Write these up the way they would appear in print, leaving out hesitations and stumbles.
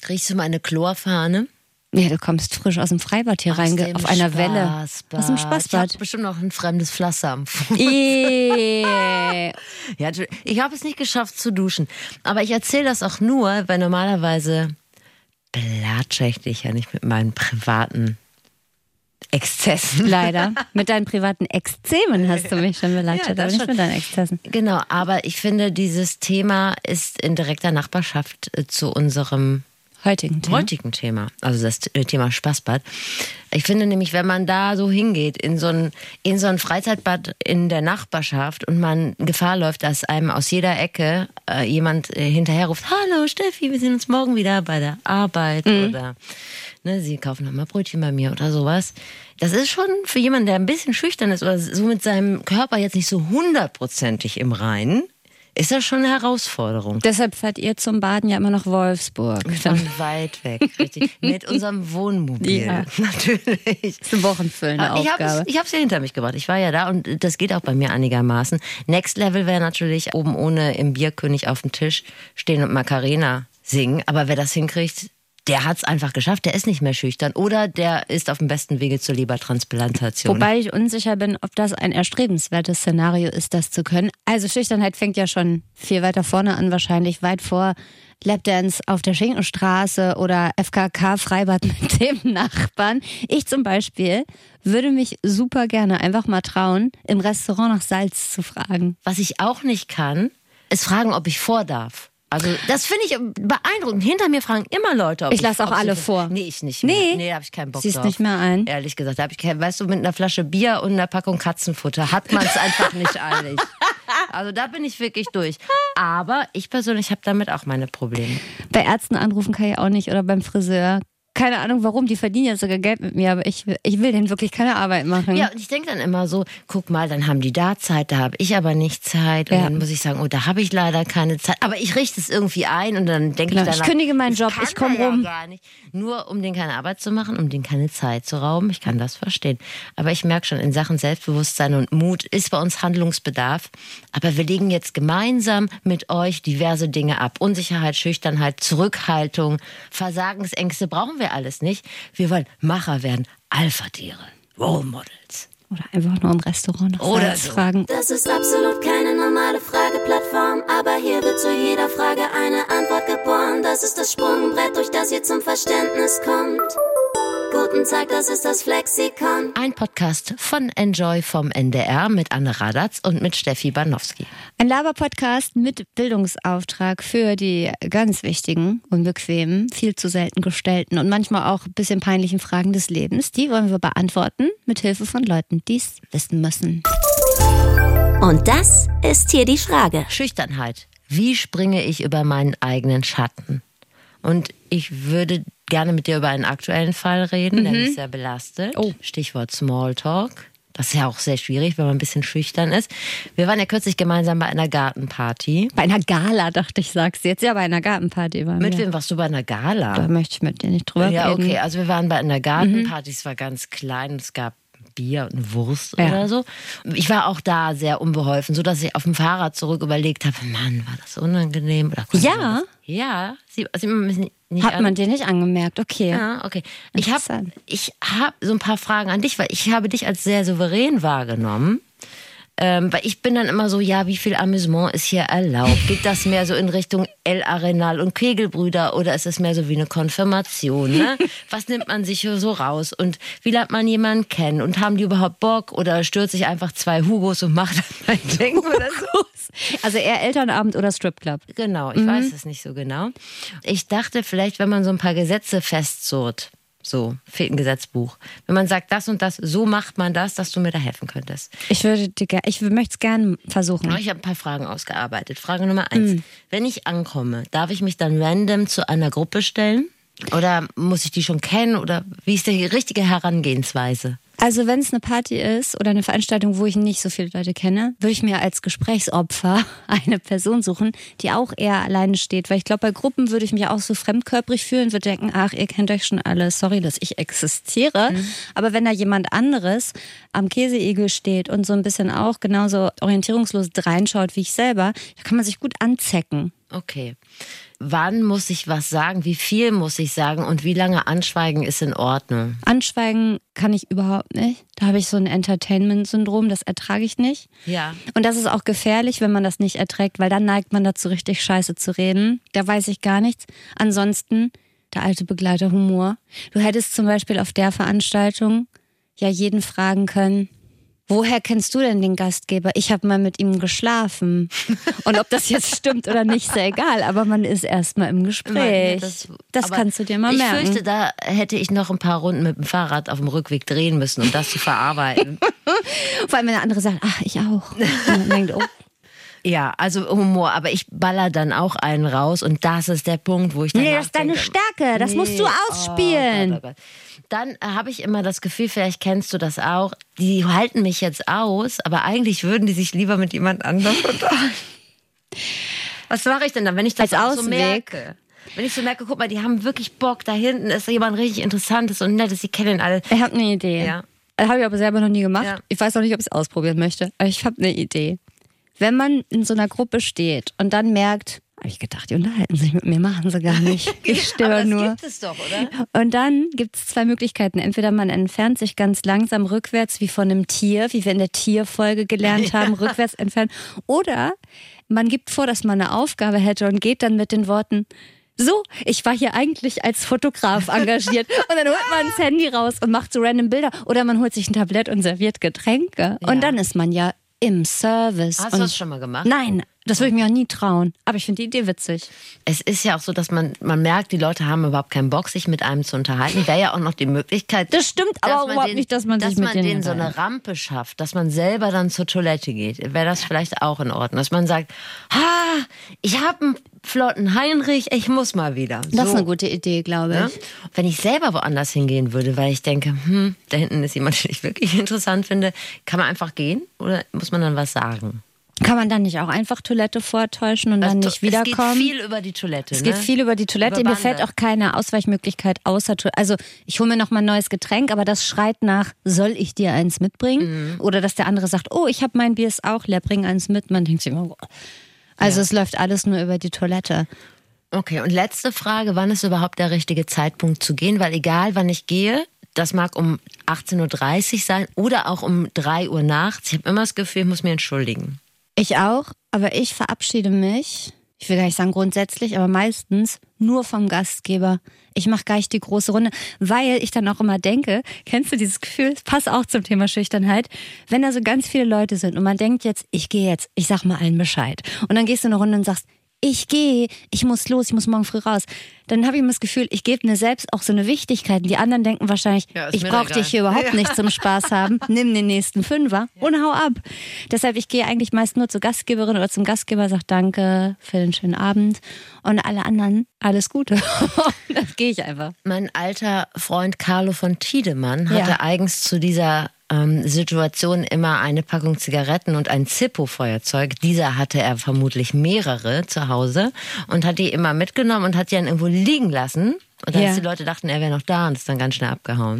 Riechst du meine Chlorfahne? Ja, du kommst frisch aus dem Freibad hier rein, auf einer Welle. Aus dem Spaßbad. Ich habe bestimmt noch ein fremdes Pflaster am Fuß. Ja, ich habe es nicht geschafft zu duschen. Aber ich erzähle das auch nur, weil normalerweise belatsche ich dich ja nicht mit meinen privaten Exzessen. Leider. Mit deinen privaten Exzemen hast du mich schon belatscht, aber nicht mit deinen Exzessen. Genau, aber ich finde, dieses Thema ist in direkter Nachbarschaft zu unserem heutigen Thema. Also das Thema Spaßbad. Ich finde nämlich, wenn man da so hingeht, in so ein Freizeitbad in der Nachbarschaft und man Gefahr läuft, dass einem aus jeder Ecke jemand hinterher ruft, hallo Steffi, wir sehen uns morgen wieder bei der Arbeit oder sie kaufen nochmal Brötchen bei mir oder sowas. Das ist schon für jemanden, der ein bisschen schüchtern ist oder so mit seinem Körper jetzt nicht so 100%ig im Reinen, ist das schon eine Herausforderung. Deshalb fahrt ihr zum Baden ja immer nach Wolfsburg. Von weit weg, richtig. Mit unserem Wohnmobil, natürlich. Das ist eine wochenfüllende Aufgabe. Ich habe es ja hinter mich gebracht. Ich war ja da und das geht auch bei mir einigermaßen. Next Level wäre natürlich oben ohne im Bierkönig auf dem Tisch stehen und Macarena singen. Aber wer das hinkriegt, der hat es einfach geschafft, der ist nicht mehr schüchtern oder der ist auf dem besten Wege zur Lebertransplantation. Wobei ich unsicher bin, ob das ein erstrebenswertes Szenario ist, das zu können. Also Schüchternheit fängt ja schon viel weiter vorne an, wahrscheinlich weit vor Lapdance auf der Schinkenstraße oder FKK-Freibad mit dem Nachbarn. Ich zum Beispiel würde mich super gerne einfach mal trauen, im Restaurant nach Salz zu fragen. Was ich auch nicht kann, ist fragen, ob ich vor darf. Also das finde ich beeindruckend. Hinter mir fragen immer Leute, ob ich lasse auch alle vor. Nee, ich nicht mehr. Nee, da habe ich keinen Bock drauf. Siehst nicht mehr ein? Ehrlich gesagt, da habe ich weißt du, mit einer Flasche Bier und einer Packung Katzenfutter hat man es einfach nicht eilig. Also da bin ich wirklich durch. Aber ich persönlich habe damit auch meine Probleme. Bei Ärzten anrufen kann ich auch nicht oder beim Friseur. Keine Ahnung warum, die verdienen ja sogar Geld mit mir, aber ich will denen wirklich keine Arbeit machen. Ja, und ich denke dann immer so, guck mal, dann haben die da Zeit, da habe ich aber nicht Zeit. Und dann muss ich sagen, oh, da habe ich leider keine Zeit. Aber ich richte es irgendwie ein und dann denke ich danach, ich kündige meinen Job, ich komme rum. Ja gar nicht. Nur um denen keine Arbeit zu machen, um denen keine Zeit zu rauben. Ich kann das verstehen. Aber ich merke schon, in Sachen Selbstbewusstsein und Mut ist bei uns Handlungsbedarf. Aber wir legen jetzt gemeinsam mit euch diverse Dinge ab. Unsicherheit, Schüchternheit, Zurückhaltung, Versagensängste brauchen wir alles nicht. Wir wollen Macher werden, Alpha-Tiere, Role Models. Oder einfach nur im Restaurant nach Salz fragen. Das ist absolut keine normale Frageplattform, aber hier wird zu jeder Frage eine Antwort geboren. Das ist das Sprungbrett, durch das ihr zum Verständnis kommt. Guten Tag, das ist das Flexikon. Ein Podcast von Enjoy vom NDR mit Anne Radatz und mit Steffi Banowski. Ein Laber-Podcast mit Bildungsauftrag für die ganz wichtigen, unbequemen, viel zu selten gestellten und manchmal auch ein bisschen peinlichen Fragen des Lebens. Die wollen wir beantworten mit Hilfe von Leuten, die es wissen müssen. Und das ist hier die Frage. Schüchternheit. Wie springe ich über meinen eigenen Schatten? Und ich würde gerne mit dir über einen aktuellen Fall reden, der mich sehr belastet. Stichwort Smalltalk. Das ist ja auch sehr schwierig, wenn man ein bisschen schüchtern ist. Wir waren ja kürzlich gemeinsam bei einer Gartenparty. Bei einer Gala, dachte ich, sagst du jetzt. Ja, bei einer Gartenparty. Mit wem warst du bei einer Gala? Da möchte ich mit dir nicht drüber reden. Ja, okay. Also wir waren bei einer Gartenparty. Es war ganz klein. Es gab Bier und Wurst oder so. Ich war auch da sehr unbeholfen, so dass ich auf dem Fahrrad zurück überlegt habe, Mann, war das unangenehm? Oder ja? Ja. Nicht hat man dir nicht angemerkt, okay. Ja, okay. Ich hab so ein paar Fragen an dich, weil ich habe dich als sehr souverän wahrgenommen. Weil ich bin dann immer so, ja, wie viel Amüsement ist hier erlaubt? Geht das mehr so in Richtung El Arenal und Kegelbrüder oder ist es mehr so wie eine Konfirmation? Ne? Was nimmt man sich so raus? Und wie lernt man jemanden kennen? Und haben die überhaupt Bock? Oder stürzt sich einfach 2 Hugos und macht dann ein Ding oder so? Also eher Elternabend oder Stripclub? Genau, ich weiß es nicht so genau. Ich dachte vielleicht, wenn man so ein paar Gesetze festzurrt, so, fehlt ein Gesetzbuch. Wenn man sagt, das und das, so macht man das, dass du mir da helfen könntest. Ich möchte es gerne versuchen. Ich habe ein paar Fragen ausgearbeitet. Frage Nummer 1. Wenn ich ankomme, darf ich mich dann random zu einer Gruppe stellen? Oder muss ich die schon kennen? Oder wie ist die richtige Herangehensweise? Also wenn es eine Party ist oder eine Veranstaltung, wo ich nicht so viele Leute kenne, würde ich mir als Gesprächsopfer eine Person suchen, die auch eher alleine steht. Weil ich glaube, bei Gruppen würde ich mich auch so fremdkörperig fühlen, würde denken, ach, ihr kennt euch schon alle, sorry, dass ich existiere. Aber wenn da jemand anderes am Käseigel steht und so ein bisschen auch genauso orientierungslos reinschaut wie ich selber, da kann man sich gut anzecken. Okay. wann muss ich was sagen, wie viel muss ich sagen und wie lange anschweigen ist in Ordnung? Anschweigen kann ich überhaupt nicht. Da habe ich so ein Entertainment-Syndrom, das ertrage ich nicht. Ja. Und das ist auch gefährlich, wenn man das nicht erträgt, weil dann neigt man dazu, richtig scheiße zu reden. Da weiß ich gar nichts. Ansonsten, der alte Begleiter Humor. Du hättest zum Beispiel auf der Veranstaltung ja jeden fragen können, woher kennst du denn den Gastgeber? Ich habe mal mit ihm geschlafen. Und ob das jetzt stimmt oder nicht, ist ja egal. Aber man ist erstmal im Gespräch. Das kannst du dir mal merken. Ich fürchte, da hätte ich noch ein paar Runden mit dem Fahrrad auf dem Rückweg drehen müssen, um das zu verarbeiten. Vor allem, wenn der andere sagt, ach, ich auch. Und man denkt, oh. Ja, also Humor, aber ich baller dann auch einen raus und das ist der Punkt, wo ich dann das ist deine Stärke, das musst du ausspielen. Oh Gott. Dann habe ich immer das Gefühl, vielleicht kennst du das auch, die halten mich jetzt aus, aber eigentlich würden die sich lieber mit jemand anderem unterhalten. Was mache ich denn dann, wenn ich das auch so merke? Wenn ich so merke, guck mal, die haben wirklich Bock, da hinten ist jemand richtig Interessantes und Nettes, die kennen alle. Ich habe eine Idee. Ja. Habe ich aber selber noch nie gemacht. Ja. Ich weiß auch nicht, ob ich es ausprobieren möchte, aber ich habe eine Idee. Wenn man in so einer Gruppe steht und dann merkt, habe ich gedacht, die unterhalten sich mit mir, machen sie gar nicht. Ich störe nur. Das gibt es doch, oder? Und dann gibt es zwei Möglichkeiten. Entweder man entfernt sich ganz langsam rückwärts wie von einem Tier, wie wir in der Tierfolge gelernt haben, rückwärts entfernen. Oder man gibt vor, dass man eine Aufgabe hätte und geht dann mit den Worten, so, ich war hier eigentlich als Fotograf engagiert. Und dann holt man das Handy raus und macht so random Bilder. Oder man holt sich ein Tablett und serviert Getränke. Ja. Und dann ist man ja im Service. Hast du das schon mal gemacht? Nein, das würde ich mir auch nie trauen. Aber ich finde die Idee witzig. Es ist ja auch so, dass man merkt, die Leute haben überhaupt keinen Bock, sich mit einem zu unterhalten. Wäre ja auch noch die Möglichkeit. Das stimmt aber auch überhaupt nicht, dass man sich mit denen so eine Rampe schafft, dass man selber dann zur Toilette geht. Wäre das vielleicht auch in Ordnung. Dass man sagt, ich habe einen flotten Heinrich, ich muss mal wieder. Das ist eine gute Idee, glaube ich. Ja? Wenn ich selber woanders hingehen würde, weil ich denke, da hinten ist jemand, den ich wirklich interessant finde, kann man einfach gehen oder muss man dann was sagen? Kann man dann nicht auch einfach Toilette vortäuschen und dann nicht wiederkommen? Es geht viel über die Toilette. Es geht viel über die Toilette. Mir fällt auch keine Ausweichmöglichkeit außer Toilette. Also ich hole mir noch mal ein neues Getränk, aber das schreit nach, soll ich dir eins mitbringen? Mhm. Oder dass der andere sagt, oh, ich habe mein Bier ist auch leer, bring eins mit. Man denkt sich immer, oh. Also es läuft alles nur über die Toilette. Okay, und letzte Frage, wann ist überhaupt der richtige Zeitpunkt zu gehen? Weil egal, wann ich gehe, das mag um 18.30 Uhr sein oder auch um 3 Uhr nachts. Ich habe immer das Gefühl, ich muss mich entschuldigen. Ich auch, aber ich verabschiede mich, ich will gar nicht sagen grundsätzlich, aber meistens nur vom Gastgeber. Ich mache gar nicht die große Runde, weil ich dann auch immer denke, kennst du dieses Gefühl, das passt auch zum Thema Schüchternheit, wenn da so ganz viele Leute sind und man denkt jetzt, ich gehe jetzt, ich sag mal allen Bescheid. Und dann gehst du eine Runde und sagst, ich gehe, ich muss los, ich muss morgen früh raus. Dann habe ich immer das Gefühl, ich gebe mir selbst auch so eine Wichtigkeit. Die anderen denken wahrscheinlich, ich brauche dich hier überhaupt nicht zum Spaß haben. Nimm den nächsten Fünfer und hau ab. Deshalb, ich gehe eigentlich meist nur zur Gastgeberin oder zum Gastgeber, sage danke für den schönen Abend. Und alle anderen, alles Gute. Dann gehe ich einfach. Mein alter Freund Carlo von Tiedemann hatte eigens zu dieser Situation immer eine Packung Zigaretten und ein Zippo-Feuerzeug. Dieser hatte er vermutlich mehrere zu Hause und hat die immer mitgenommen und hat die dann irgendwo liegen lassen. Und als die Leute dachten, er wäre noch da und ist dann ganz schnell abgehauen.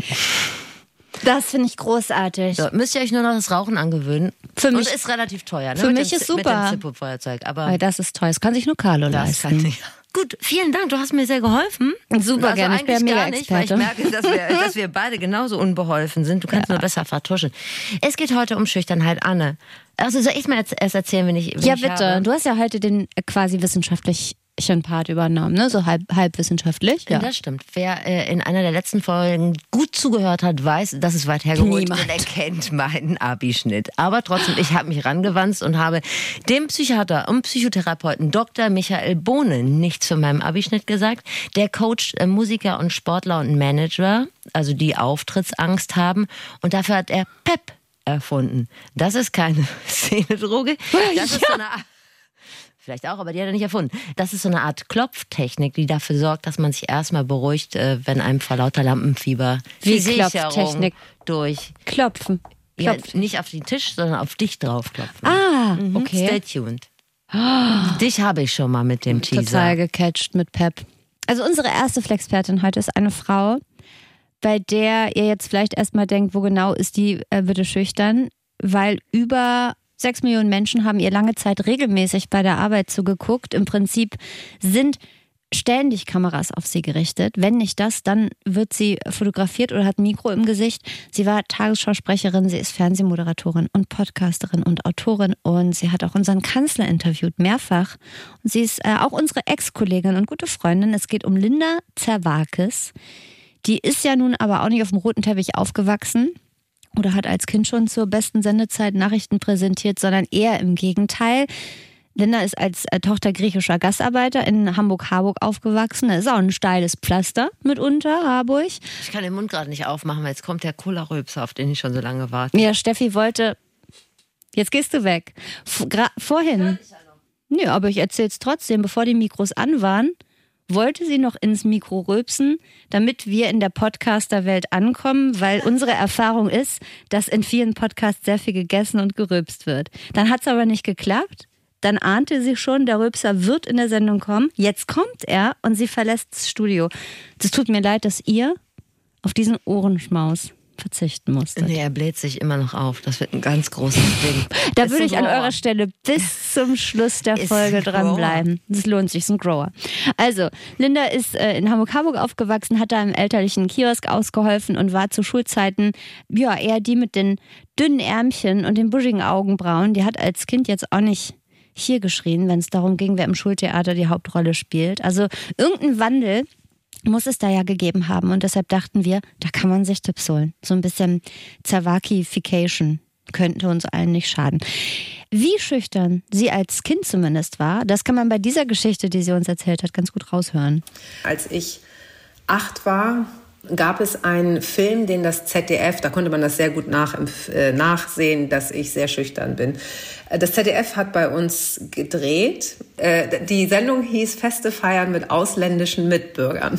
Das finde ich großartig. So, müsst ihr euch nur noch das Rauchen angewöhnen. Für mich, und ist relativ teuer. Ne? Für mich ist super. Mit dem Zippo-Feuerzeug. Aber das ist teuer. Das kann sich nur Carlo leisten. Gut, vielen Dank. Du hast mir sehr geholfen. Super, also gerne. Ich bin ja mega nicht, weil ich merke, dass wir beide genauso unbeholfen sind. Du kannst nur besser vertuschen. Es geht heute um Schüchternheit, Anne. Also soll ich mal erst erzählen, wenn ich bitte. Habe? Du hast ja heute den quasi wissenschaftlichen Part übernommen, ne? So halb wissenschaftlich. Ja, das stimmt. Wer in einer der letzten Folgen gut zugehört hat, weiß, dass es weit hergeholt und er kennt meinen Abischnitt. Aber trotzdem, ich habe mich rangewandt und habe dem Psychiater und Psychotherapeuten Dr. Michael Bohne nichts von meinem Abischnitt gesagt. Der coacht Musiker und Sportler und Manager, also die Auftrittsangst haben. Und dafür hat er PEP erfunden. Das ist keine Szenedroge. Das ist so eine Art... Vielleicht auch, aber die hat er nicht erfunden. Das ist so eine Art Klopftechnik, die dafür sorgt, dass man sich erstmal beruhigt, wenn einem vor lauter Lampenfieber die Klopftechnik durch. Klopfen. Ja, nicht auf den Tisch, sondern auf dich draufklopfen. Okay. Stay tuned. Dich habe ich schon mal mit dem Teaser. Total gecatcht mit Pep. Also unsere erste Flexpertin heute ist eine Frau, bei der ihr jetzt vielleicht erstmal denkt, wo genau ist die bitte schüchtern, weil über 6 Millionen Menschen haben ihr lange Zeit regelmäßig bei der Arbeit zugeguckt. Im Prinzip sind ständig Kameras auf sie gerichtet. Wenn nicht das, dann wird sie fotografiert oder hat ein Mikro im Gesicht. Sie war Tagesschausprecherin, sie ist Fernsehmoderatorin und Podcasterin und Autorin und sie hat auch unseren Kanzler interviewt, mehrfach. Und sie ist auch unsere Ex-Kollegin und gute Freundin. Es geht um Linda Zerwakis. Die ist ja nun aber auch nicht auf dem roten Teppich aufgewachsen oder hat als Kind schon zur besten Sendezeit Nachrichten präsentiert, sondern eher im Gegenteil. Linda ist als Tochter griechischer Gastarbeiter in Hamburg-Harburg aufgewachsen. Das ist auch ein steiles Pflaster mitunter, Harburg. Ich kann den Mund gerade nicht aufmachen, weil jetzt kommt der Cola-Rülpser, auf den ich schon so lange warte. Ja, Steffi wollte... Jetzt gehst du weg. Vorhin... Nö, aber ich erzähl's trotzdem. Bevor die Mikros an waren, wollte sie noch ins Mikro rülpsen, damit wir in der Podcaster-Welt ankommen, weil unsere Erfahrung ist, dass in vielen Podcasts sehr viel gegessen und gerülpst wird. Dann hat's aber nicht geklappt. Dann ahnte sie schon, der Rülpser wird in der Sendung kommen. Jetzt kommt er und sie verlässt das Studio. Es tut mir leid, dass ihr auf diesen Ohrenschmaus verzichten musstet. Nee, er bläht sich immer noch auf. Das wird ein ganz großes Ding. Da würde ich an eurer Stelle bis zum Schluss der Folge dranbleiben. Das lohnt sich, ist ein Grower. Also, Linda ist in Hamburg-Harburg aufgewachsen, hat da im elterlichen Kiosk ausgeholfen und war zu Schulzeiten ja eher die mit den dünnen Ärmchen und den buschigen Augenbrauen. Die hat als Kind jetzt auch nicht hier geschrien, wenn es darum ging, wer im Schultheater die Hauptrolle spielt. Also irgendein Wandel muss es da ja gegeben haben und deshalb dachten wir, da kann man sich Tipps holen. So ein bisschen Zerwakification könnte uns allen nicht schaden. Wie schüchtern sie als Kind zumindest war, das kann man bei dieser Geschichte, die sie uns erzählt hat, ganz gut raushören. Als ich 8 war, gab es einen Film, den das ZDF, da konnte man das sehr gut nachsehen, dass ich sehr schüchtern bin. Das ZDF hat bei uns gedreht. Die Sendung hieß Feste feiern mit ausländischen Mitbürgern.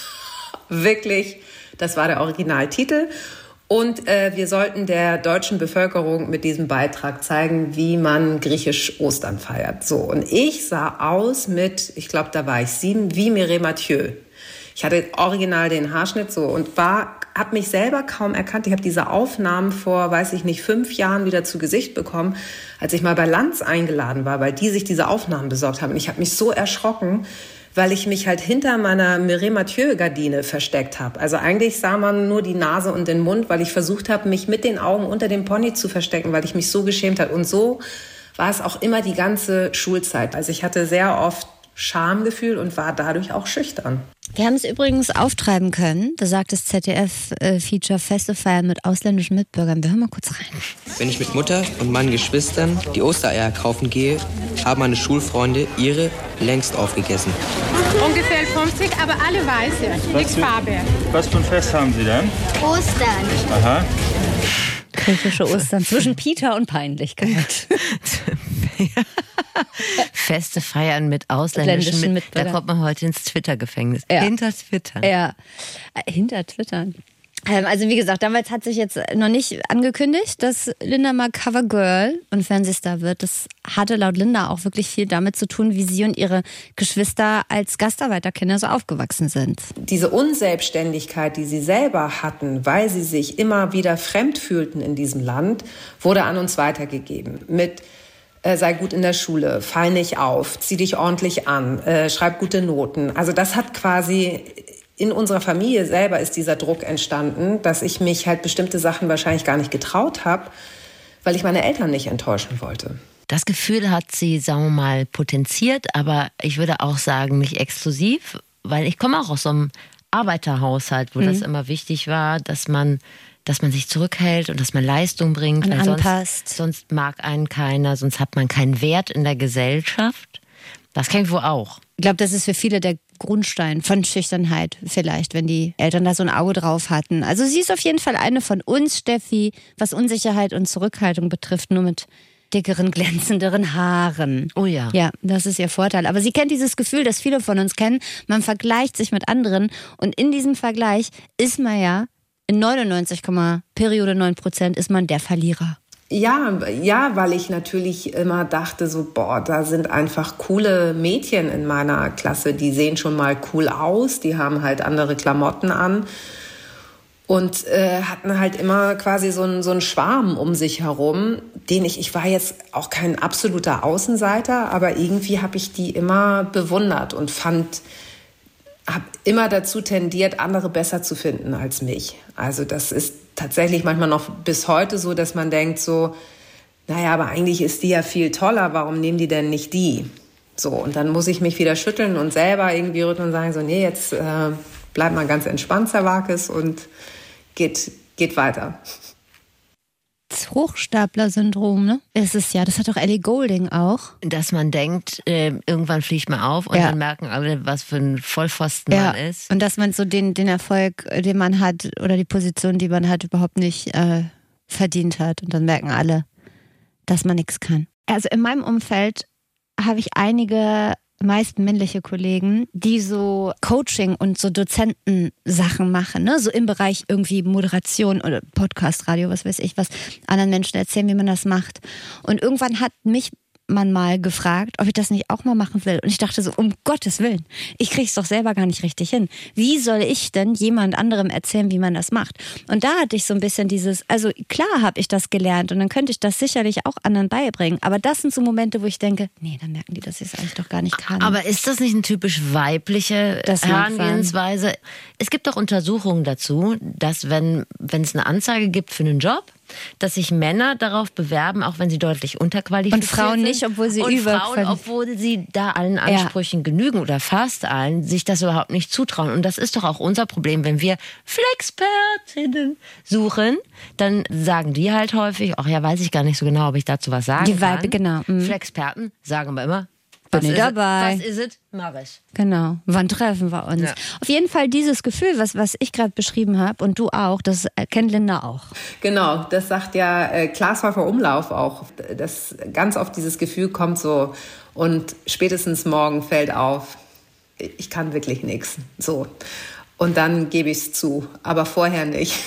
Wirklich, das war der Originaltitel. Und wir sollten der deutschen Bevölkerung mit diesem Beitrag zeigen, wie man griechisch Ostern feiert. So, und ich sah aus mit, ich glaube, da war ich 7, wie Mireille Mathieu. Ich hatte original den Haarschnitt so und habe mich selber kaum erkannt. Ich habe diese Aufnahmen vor, 5 Jahren wieder zu Gesicht bekommen, als ich mal bei Lanz eingeladen war, weil die sich diese Aufnahmen besorgt haben. Und ich habe mich so erschrocken, weil ich mich halt hinter meiner Mireille Mathieu-Gardine versteckt habe. Also eigentlich sah man nur die Nase und den Mund, weil ich versucht habe, mich mit den Augen unter dem Pony zu verstecken, weil ich mich so geschämt habe. Und so war es auch immer die ganze Schulzeit. Also ich hatte sehr oft Schamgefühl und war dadurch auch schüchtern. Wir haben es übrigens auftreiben können, besagt das ZDF-Feature Feste feiern mit ausländischen Mitbürgern. Wir hören mal kurz rein. Wenn ich mit Mutter und meinen Geschwistern die Ostereier kaufen gehe, haben meine Schulfreunde ihre längst aufgegessen. Ungefähr 50, aber alle weiße, nichts Farbe. Was für ein Fest haben Sie denn? Ostern. Aha. Griechische Ostern zwischen Peter und Peinlichkeit. Feste feiern mit ausländischen Mitbürgern. Da kommt man heute ins Twitter-Gefängnis. Ja. Hinter Twitter. Ja, hinter Twitter. Also wie gesagt, damals hat sich jetzt noch nicht angekündigt, dass Linda mal Covergirl und Fernsehstar wird. Das hatte laut Linda auch wirklich viel damit zu tun, wie sie und ihre Geschwister als Gastarbeiterkinder so aufgewachsen sind. Diese Unselbstständigkeit, die sie selber hatten, weil sie sich immer wieder fremd fühlten in diesem Land, wurde an uns weitergegeben. Mit sei gut in der Schule, fall nicht auf, zieh dich ordentlich an, schreib gute Noten. Also das hat quasi... In unserer Familie selber ist dieser Druck entstanden, dass ich mich halt bestimmte Sachen wahrscheinlich gar nicht getraut habe, weil ich meine Eltern nicht enttäuschen wollte. Das Gefühl hat sie, sagen wir mal, potenziert, aber ich würde auch sagen, nicht exklusiv, weil ich komme auch aus so einem Arbeiterhaushalt, wo das immer wichtig war, dass man sich zurückhält und dass man Leistung bringt. Und weil anpasst. Sonst mag einen keiner, sonst hat man keinen Wert in der Gesellschaft. Das kenne ich wohl auch. Ich glaube, das ist für viele der Grundstein von Schüchternheit vielleicht, wenn die Eltern da so ein Auge drauf hatten. Also sie ist auf jeden Fall eine von uns, Steffi, was Unsicherheit und Zurückhaltung betrifft, nur mit dickeren, glänzenderen Haaren. Oh ja. Ja, das ist ihr Vorteil. Aber sie kennt dieses Gefühl, das viele von uns kennen. Man vergleicht sich mit anderen und in diesem Vergleich ist man ja in 99,9% ist man der Verlierer. Ja, weil ich natürlich immer dachte so, da sind einfach coole Mädchen in meiner Klasse, die sehen schon mal cool aus, die haben halt andere Klamotten an und hatten halt immer quasi so einen Schwarm um sich herum, ich war jetzt auch kein absoluter Außenseiter, aber irgendwie habe ich die immer bewundert und fand habe immer dazu tendiert, andere besser zu finden als mich. Also das ist tatsächlich manchmal noch bis heute so, dass man denkt so, naja, aber eigentlich ist die ja viel toller, warum nehmen die denn nicht die? So, und dann muss ich mich wieder schütteln und selber irgendwie rütteln und sagen so, nee, jetzt bleib mal ganz entspannt, Zerwakis, und geht weiter. Das Hochstapler-Syndrom, ne? Ist es ja. Das hat doch Ellie Goulding auch. Dass man denkt, irgendwann fliegt man auf und dann merken alle, was für ein Vollpfosten man ist. Und dass man so den Erfolg, den man hat, oder die Position, die man hat, überhaupt nicht verdient hat. Und dann merken alle, dass man nichts kann. Also in meinem Umfeld habe ich einige, meist männliche Kollegen, die so Coaching und so Dozentensachen machen, ne? So im Bereich irgendwie Moderation oder Podcast, Radio, was weiß ich was, anderen Menschen erzählen, wie man das macht. Und irgendwann hat mich man mal gefragt, ob ich das nicht auch mal machen will. Und ich dachte so, um Gottes Willen, ich krieg's doch selber gar nicht richtig hin. Wie soll ich denn jemand anderem erzählen, wie man das macht? Und da hatte ich so ein bisschen dieses, also klar habe ich das gelernt und dann könnte ich das sicherlich auch anderen beibringen. Aber das sind so Momente, wo ich denke, nee, dann merken die, dass ich es eigentlich doch gar nicht kann. Aber ist das nicht eine typisch weibliche Herangehensweise? Es gibt doch Untersuchungen dazu, dass wenn es eine Anzeige gibt für einen Job, dass sich Männer darauf bewerben, auch wenn sie deutlich unterqualifiziert sind. Und Frauen nicht, obwohl sie obwohl sie da allen Ansprüchen genügen oder fast allen, sich das überhaupt nicht zutrauen. Und das ist doch auch unser Problem, wenn wir Flexpertinnen suchen, dann sagen die halt häufig, ach ja, weiß ich gar nicht so genau, ob ich dazu was sagen kann. Die Weibe, genau. Flexperten sagen wir immer, bin ich dabei. Was ist es? Mach ich. Genau. Wann treffen wir uns? Ja. Auf jeden Fall dieses Gefühl, was ich gerade beschrieben habe und du auch, das kennt Linda auch. Genau, das sagt ja Klaas Häufer Umlauf auch. Dass ganz oft dieses Gefühl kommt so und spätestens morgen fällt auf, ich kann wirklich nichts. So. Und dann gebe ich es zu, aber vorher nicht.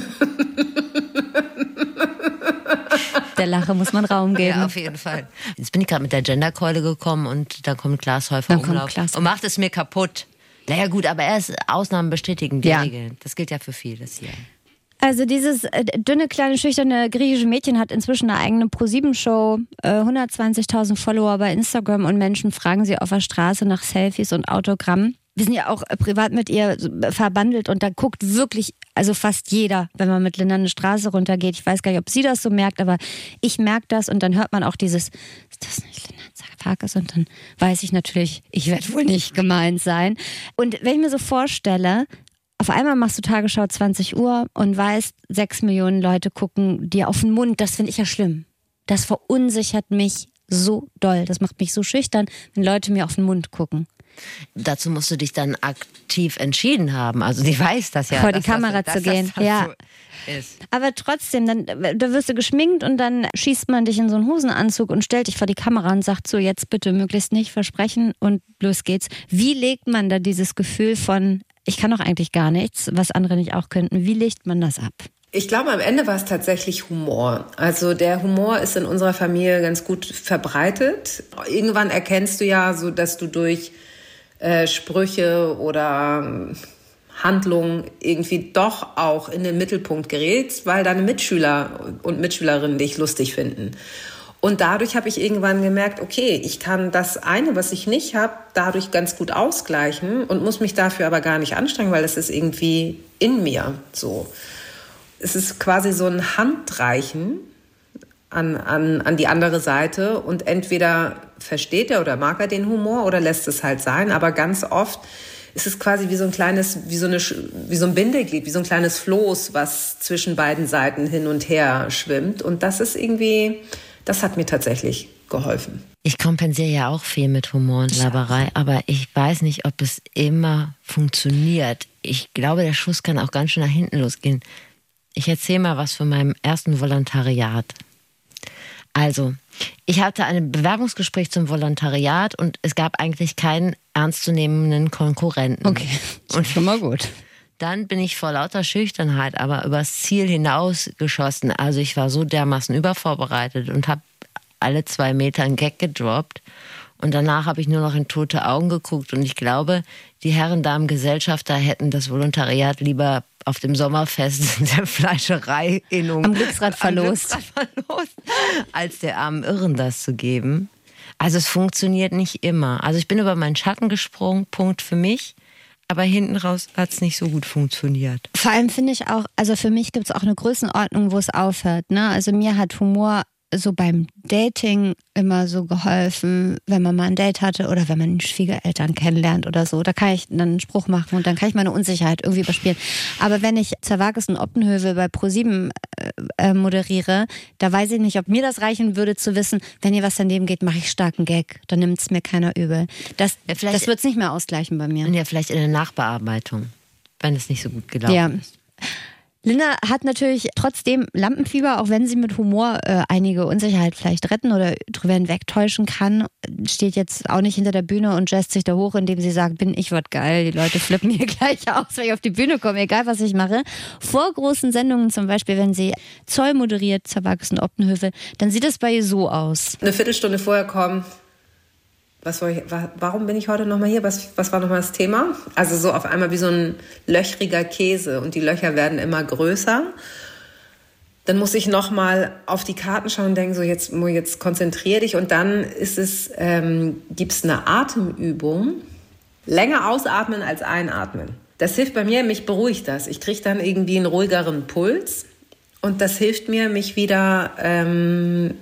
Der Lache muss man Raum geben. Ja, auf jeden Fall. Jetzt bin ich gerade mit der Genderkeule gekommen und dann kommt Klaas Häufer Umlauf und macht es mir kaputt. Naja gut, aber Ausnahmen bestätigen die Regeln. Das gilt ja für vieles hier. Also dieses dünne, kleine, schüchterne griechische Mädchen hat inzwischen eine eigene Pro7-Show, 120.000 Follower bei Instagram und Menschen fragen sie auf der Straße nach Selfies und Autogrammen. Wir sind ja auch privat mit ihr verbandelt und da guckt wirklich, also fast jeder, wenn man mit Linda eine Straße runtergeht. Ich weiß gar nicht, ob sie das so merkt, aber ich merke das und dann hört man auch dieses, ist das nicht Linda Zerwakis? Und dann weiß ich natürlich, ich werde wohl nicht gemeint sein. Und wenn ich mir so vorstelle, auf einmal machst du Tagesschau 20 Uhr und weißt, 6 Millionen Leute gucken dir auf den Mund, das finde ich ja schlimm. Das verunsichert mich so doll, das macht mich so schüchtern, wenn Leute mir auf den Mund gucken. Dazu musst du dich dann aktiv entschieden haben. Also die weiß das ja. Vor die Kamera zu gehen. Ja. So ist. Aber trotzdem, da wirst du geschminkt und dann schießt man dich in so einen Hosenanzug und stellt dich vor die Kamera und sagt so, jetzt bitte möglichst nicht versprechen und los geht's. Wie legt man da dieses Gefühl von, ich kann doch eigentlich gar nichts, was andere nicht auch könnten, wie legt man das ab? Ich glaube, am Ende war es tatsächlich Humor. Also der Humor ist in unserer Familie ganz gut verbreitet. Irgendwann erkennst du ja so, dass du durch Sprüche oder Handlungen irgendwie doch auch in den Mittelpunkt gerätst, weil deine Mitschüler und Mitschülerinnen dich lustig finden. Und dadurch habe ich irgendwann gemerkt, okay, ich kann das eine, was ich nicht habe, dadurch ganz gut ausgleichen und muss mich dafür aber gar nicht anstrengen, weil das ist irgendwie in mir so. Es ist quasi so ein Handreichen an die andere Seite und entweder versteht er oder mag er den Humor oder lässt es halt sein, aber ganz oft ist es quasi wie so ein kleines, wie so ein Bindeglied, wie so ein kleines Floß, was zwischen beiden Seiten hin und her schwimmt und das ist irgendwie, das hat mir tatsächlich geholfen. Ich kompensiere ja auch viel mit Humor und Laberei, aber ich weiß nicht, ob es immer funktioniert. Ich glaube, der Schuss kann auch ganz schön nach hinten losgehen. Ich erzähle mal was von meinem ersten Volontariat. Also, ich hatte ein Bewerbungsgespräch zum Volontariat und es gab eigentlich keinen ernstzunehmenden Konkurrenten. Okay, und schon mal gut. Dann bin ich vor lauter Schüchternheit aber übers Ziel hinausgeschossen. Also ich war so dermaßen übervorbereitet und habe alle 2 Meter einen Gag gedroppt. Und danach habe ich nur noch in tote Augen geguckt. Und ich glaube, die Herren-Damen-Gesellschafter hätten das Volontariat lieber auf dem Sommerfest in der Fleischereiinnung am Glücksrad verlost, als der armen Irren das zu geben. Also es funktioniert nicht immer. Also ich bin über meinen Schatten gesprungen, Punkt für mich. Aber hinten raus hat es nicht so gut funktioniert. Vor allem finde ich auch, also für mich gibt es auch eine Größenordnung, wo es aufhört. Ne? Also mir hat Humor so beim Dating immer so geholfen, wenn man mal ein Date hatte oder wenn man die Schwiegereltern kennenlernt oder so. Da kann ich dann einen Spruch machen und dann kann ich meine Unsicherheit irgendwie überspielen. Aber wenn ich Zerwakis und Optenhövel bei ProSieben moderiere, da weiß ich nicht, ob mir das reichen würde zu wissen, wenn hier was daneben geht, mache ich starken Gag. Dann nimmt es mir keiner übel. Das wird es nicht mehr ausgleichen bei mir. Ja, vielleicht in der Nachbearbeitung, wenn es nicht so gut gelaufen ist. Linda hat natürlich trotzdem Lampenfieber, auch wenn sie mit Humor einige Unsicherheit vielleicht retten oder drüber hinwegtäuschen kann. Steht jetzt auch nicht hinter der Bühne und jazzt sich da hoch, indem sie sagt, bin ich was geil. Die Leute flippen hier gleich aus, wenn ich auf die Bühne komme, egal was ich mache. Vor großen Sendungen, zum Beispiel, wenn sie Zoll moderiert, Zerwakis und Optenhövel, dann sieht es bei ihr so aus. Eine Viertelstunde vorher kommen. Warum bin ich heute nochmal hier? Was war nochmal das Thema? Also so auf einmal wie so ein löchriger Käse und die Löcher werden immer größer. Dann muss ich nochmal auf die Karten schauen und denken, so jetzt konzentrier dich. Und dann gibt es eine Atemübung. Länger ausatmen als einatmen. Das hilft bei mir, mich beruhigt das. Ich kriege dann irgendwie einen ruhigeren Puls. Und das hilft mir, mich wieder in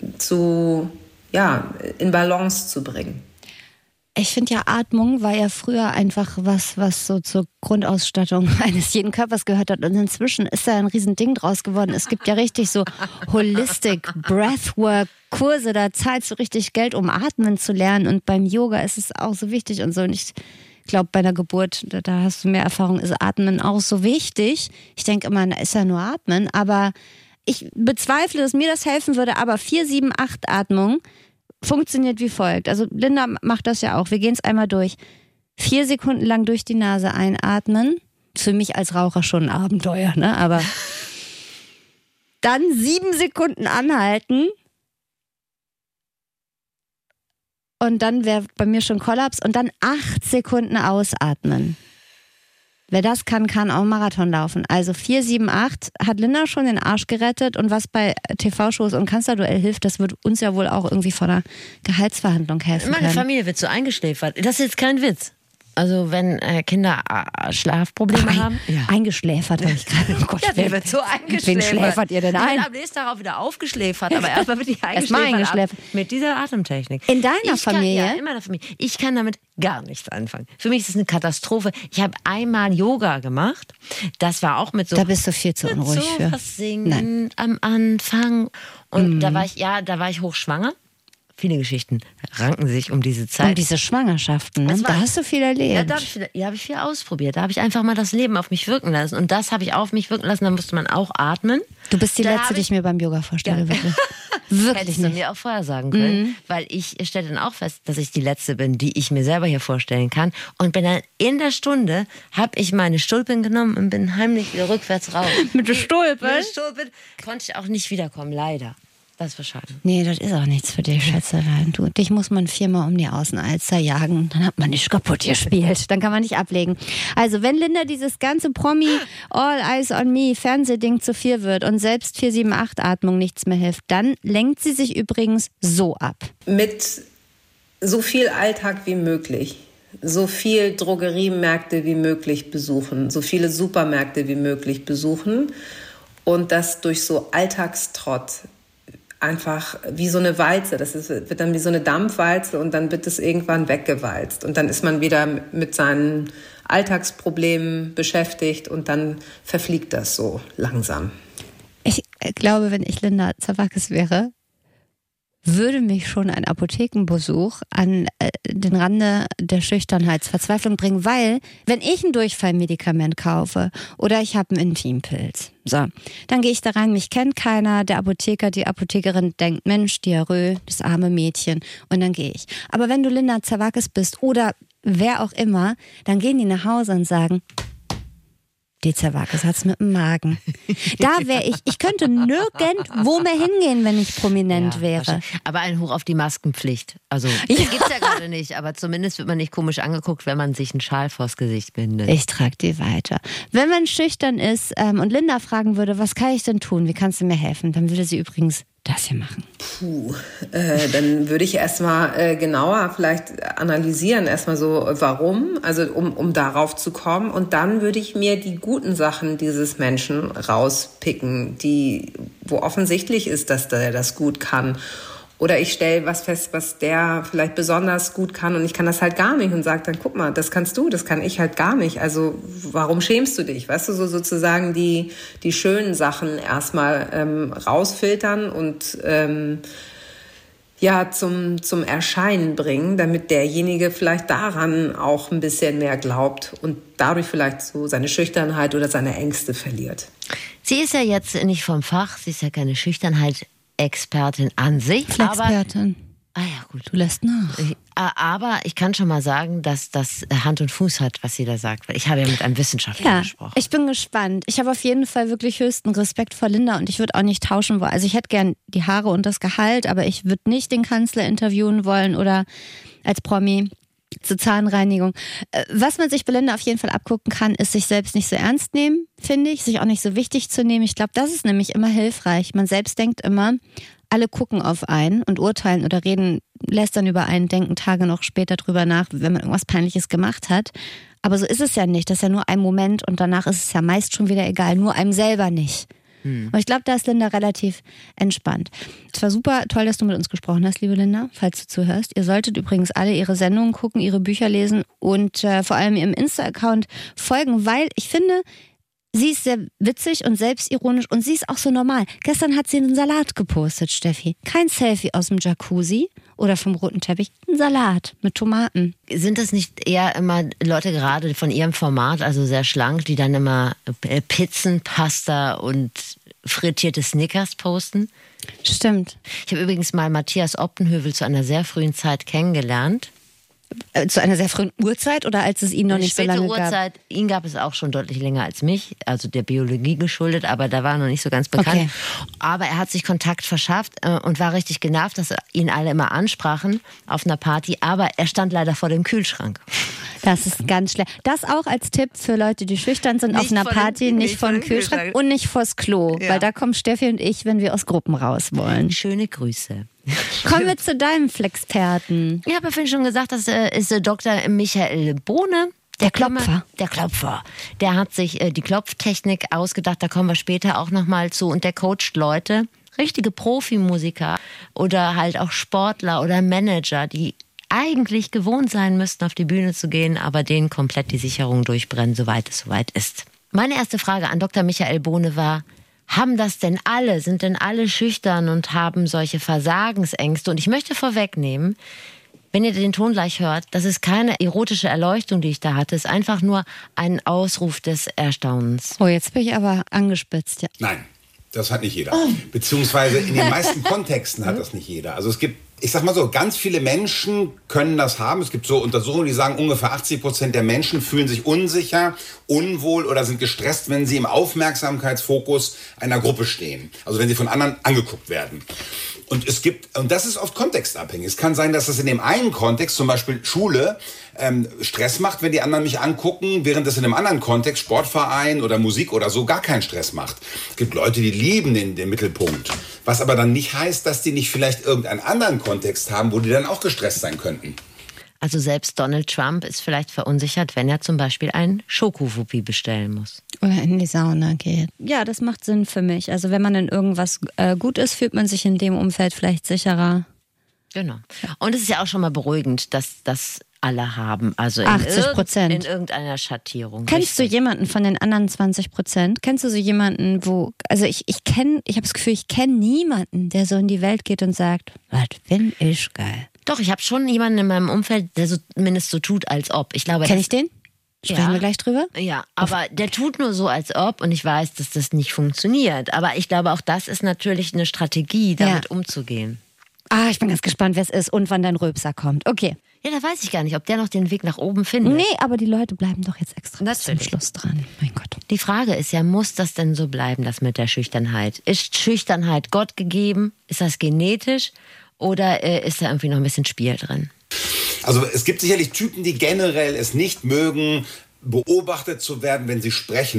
Balance zu bringen. Ich finde ja, Atmung war ja früher einfach was so zur Grundausstattung eines jeden Körpers gehört hat. Und inzwischen ist da ein Riesending draus geworden. Es gibt ja richtig so Holistic Breathwork Kurse, da zahlst du richtig Geld, um atmen zu lernen. Und beim Yoga ist es auch so wichtig und so. Und ich glaube, bei einer Geburt, da hast du mehr Erfahrung, ist Atmen auch so wichtig. Ich denke immer, da ist ja nur Atmen. Aber ich bezweifle, dass mir das helfen würde. Aber 4-7-8-Atmung funktioniert wie folgt. Also Linda macht das ja auch. Wir gehen es einmal durch. 4 Sekunden lang durch die Nase einatmen. Für mich als Raucher schon ein Abenteuer, ne? Aber dann 7 Sekunden anhalten. Und dann wäre bei mir schon Kollaps. Und dann 8 Sekunden ausatmen. Wer das kann auch einen Marathon laufen. Also 4, 7, 8 hat Linda schon den Arsch gerettet. Und was bei TV-Shows und Kanzlerduell hilft, das wird uns ja wohl auch irgendwie vor der Gehaltsverhandlung helfen können. Meine Familie wird so eingeschläfert. Das ist jetzt kein Witz. Also wenn Kinder Schlafprobleme haben. Ja. Eingeschläfert habe ich gerade. Oh Gott, wer wird so eingeschläfert? Wen schläfert ihr denn ein? Am nächsten Tag auch wieder aufgeschläfert. Aber erstmal wird die eingeschläfert. Mit dieser Atemtechnik. In deiner Familie? In meiner Familie. Ich kann damit gar nichts anfangen. Für mich ist es eine Katastrophe. Ich habe einmal Yoga gemacht. Das war auch mit so... Da bist du viel zu unruhig für. Was singen am Anfang. Und da war ich hochschwanger. Viele Geschichten ranken sich um diese Zeit. Um diese Schwangerschaften, ne? Da hast du viel erlebt. Ja, habe ich viel ausprobiert. Da habe ich einfach mal das Leben auf mich wirken lassen. Und das habe ich auf mich wirken lassen. Da musste man auch atmen. Du bist die Letzte, die ich mir beim Yoga vorstelle. Wirklich. Wirklich hättest du mir auch vorher sagen können. Weil ich stelle dann auch fest, dass ich die Letzte bin, die ich mir selber hier vorstellen kann. Und bin dann in der Stunde, habe ich meine Stulpen genommen und bin heimlich wieder rückwärts raus. Mit der Stulpen? Mit der Stulpen konnte ich auch nicht wiederkommen, leider. Das war schade. Nee, das ist auch nichts für dich, Schätzelein. Dich muss man 4-mal um die Außenalster jagen. Dann hat man nicht kaputt gespielt. Dann kann man nicht ablegen. Also, wenn Linda dieses ganze Promi All Eyes on Me Fernsehding zu viel wird und selbst 4-7-8-Atmung nichts mehr hilft, dann lenkt sie sich übrigens so ab. Mit so viel Alltag wie möglich. So viel Drogeriemärkte wie möglich besuchen. So viele Supermärkte wie möglich besuchen. Und das durch so Alltagstrott. Einfach wie so eine Walze, wird dann wie so eine Dampfwalze und dann wird es irgendwann weggewalzt. Und dann ist man wieder mit seinen Alltagsproblemen beschäftigt und dann verfliegt das so langsam. Ich glaube, wenn ich Linda Zerwakis wäre, würde mich schon ein Apothekenbesuch an den Rande der Schüchternheitsverzweiflung bringen, weil, wenn ich ein Durchfallmedikament kaufe oder ich habe einen Intimpilz, so, dann gehe ich da rein, mich kennt keiner, der Apotheker, die Apothekerin denkt, Mensch, Diarrhoe, das arme Mädchen, und dann gehe ich. Aber wenn du Linda Zerwakis bist oder wer auch immer, dann gehen die nach Hause und sagen, die Zerwakis hat's mit dem Magen. Da wäre ich könnte nirgendwo mehr hingehen, wenn ich prominent wäre. Aber ein Hoch auf die Maskenpflicht. Also, das gibt's ja gerade nicht, aber zumindest wird man nicht komisch angeguckt, wenn man sich einen Schal vors Gesicht bindet. Ich trage die weiter. Wenn man schüchtern ist und Linda fragen würde, was kann ich denn tun, wie kannst du mir helfen, dann würde sie übrigens das hier machen? Dann würde ich erstmal genauer vielleicht analysieren, erstmal so, warum, also um darauf zu kommen. Und dann würde ich mir die guten Sachen dieses Menschen rauspicken, wo offensichtlich ist, dass der das gut kann. Oder ich stelle was fest, was der vielleicht besonders gut kann und ich kann das halt gar nicht und sage dann, guck mal, das kannst du, das kann ich halt gar nicht. Also warum schämst du dich? Weißt du, so sozusagen die schönen Sachen erstmal rausfiltern und zum Erscheinen bringen, damit derjenige vielleicht daran auch ein bisschen mehr glaubt und dadurch vielleicht so seine Schüchternheit oder seine Ängste verliert. Sie ist ja jetzt nicht vom Fach, sie ist ja keine Schüchternheit-Expertin an sich. Flexpertin. Ja, gut. Du lässt nach. Aber ich kann schon mal sagen, dass das Hand und Fuß hat, was sie da sagt. Weil ich habe ja mit einem Wissenschaftler gesprochen. Ich bin gespannt. Ich habe auf jeden Fall wirklich höchsten Respekt vor Linda und ich würde auch nicht tauschen wollen. Also ich hätte gern die Haare und das Gehalt, aber ich würde nicht den Kanzler interviewen wollen oder als Promi zur Zahnreinigung. Was man sich bei Linda auf jeden Fall abgucken kann, ist sich selbst nicht so ernst nehmen, finde ich. Sich auch nicht so wichtig zu nehmen. Ich glaube, das ist nämlich immer hilfreich. Man selbst denkt immer, alle gucken auf einen und urteilen oder lästern über einen, denken Tage noch später drüber nach, wenn man irgendwas Peinliches gemacht hat. Aber so ist es ja nicht. Das ist ja nur ein Moment und danach ist es ja meist schon wieder egal. Nur einem selber nicht. Und ich glaube, da ist Linda relativ entspannt. Es war super toll, dass du mit uns gesprochen hast, liebe Linda, falls du zuhörst. Ihr solltet übrigens alle ihre Sendungen gucken, ihre Bücher lesen und vor allem ihrem Insta-Account folgen, weil ich finde, sie ist sehr witzig und selbstironisch und sie ist auch so normal. Gestern hat sie einen Salat gepostet, Steffi. Kein Selfie aus dem Jacuzzi oder vom roten Teppich, ein Salat mit Tomaten. Sind das nicht eher immer Leute gerade von ihrem Format, also sehr schlank, die dann immer Pizzen, Pasta und frittierte Snickers posten? Stimmt. Ich habe übrigens mal Matthias Optenhövel zu einer sehr frühen Zeit kennengelernt. Zu einer sehr frühen Uhrzeit oder als es ihn noch nicht so lange gab? Uhrzeit, ihn gab es auch schon deutlich länger als mich, also der Biologie geschuldet, aber da war er noch nicht so ganz bekannt. Okay. Aber er hat sich Kontakt verschafft und war richtig genervt, dass ihn alle immer ansprachen auf einer Party, aber er stand leider vor dem Kühlschrank. Das ist ganz schlecht. Das auch als Tipp für Leute, die schüchtern sind nicht auf einer Party, nicht vor dem Kühlschrank und nicht vors Klo, weil da kommen Steffi und ich, wenn wir aus Gruppen raus wollen. Schöne Grüße. Kommen wir zu deinem Flexperten. Ich habe ja vorhin schon gesagt, das ist Dr. Michael Bohne. Der Klopfer. Der hat sich die Klopftechnik ausgedacht, da kommen wir später auch nochmal zu. Und der coacht Leute, richtige Profimusiker oder halt auch Sportler oder Manager, die eigentlich gewohnt sein müssten, auf die Bühne zu gehen, aber denen komplett die Sicherung durchbrennen, soweit es soweit ist. Meine erste Frage an Dr. Michael Bohne war, haben das denn alle? Sind denn alle schüchtern und haben solche Versagensängste? Und ich möchte vorwegnehmen, wenn ihr den Ton gleich hört, das ist keine erotische Erleuchtung, die ich da hatte. Es ist einfach nur ein Ausruf des Erstaunens. Oh, jetzt bin ich aber angespitzt. Ja. Nein, das hat nicht jeder. Beziehungsweise in den meisten Kontexten hat das nicht jeder. Also es gibt, ich sag mal so, ganz viele Menschen können das haben. Es gibt so Untersuchungen, die sagen, ungefähr 80% der Menschen fühlen sich unsicher, unwohl oder sind gestresst, wenn sie im Aufmerksamkeitsfokus einer Gruppe stehen. Also wenn sie von anderen angeguckt werden. Und das ist oft kontextabhängig. Es kann sein, dass es in dem einen Kontext, zum Beispiel Schule, Stress macht, wenn die anderen mich angucken, während es in einem anderen Kontext, Sportverein oder Musik oder so, gar keinen Stress macht. Es gibt Leute, die lieben den Mittelpunkt. Was aber dann nicht heißt, dass die nicht vielleicht irgendeinen anderen Kontext haben, wo die dann auch gestresst sein könnten. Also selbst Donald Trump ist vielleicht verunsichert, wenn er zum Beispiel einen Schokowuppi bestellen muss. Oder in die Sauna geht. Ja, das macht Sinn für mich. Also wenn man in irgendwas gut ist, fühlt man sich in dem Umfeld vielleicht sicherer. Genau. Und es ist ja auch schon mal beruhigend, dass das alle haben. Also 80%. In irgendeiner Schattierung. Kennst du jemanden von den anderen 20%? Kennst du so jemanden, also ich habe das Gefühl, ich kenne niemanden, der so in die Welt geht und sagt, was bin ich geil. Doch, ich habe schon jemanden in meinem Umfeld, der zumindest so tut, als ob. Kenn ich den? Sprechen wir gleich drüber? Ja, aber der tut nur so, als ob, und ich weiß, dass das nicht funktioniert. Aber ich glaube, auch das ist natürlich eine Strategie, damit umzugehen. Ich bin ganz gespannt, wer es ist und wann dein Rülpser kommt. Okay. Ja, da weiß ich gar nicht, ob der noch den Weg nach oben findet. Nee, aber die Leute bleiben doch jetzt extra bis zum Schluss dran. Mein Gott. Die Frage ist ja, muss das denn so bleiben, das mit der Schüchternheit? Ist Schüchternheit Gott gegeben? Ist das genetisch? Oder ist da irgendwie noch ein bisschen Spiel drin? Also es gibt sicherlich Typen, die generell es nicht mögen, beobachtet zu werden, wenn sie sprechen.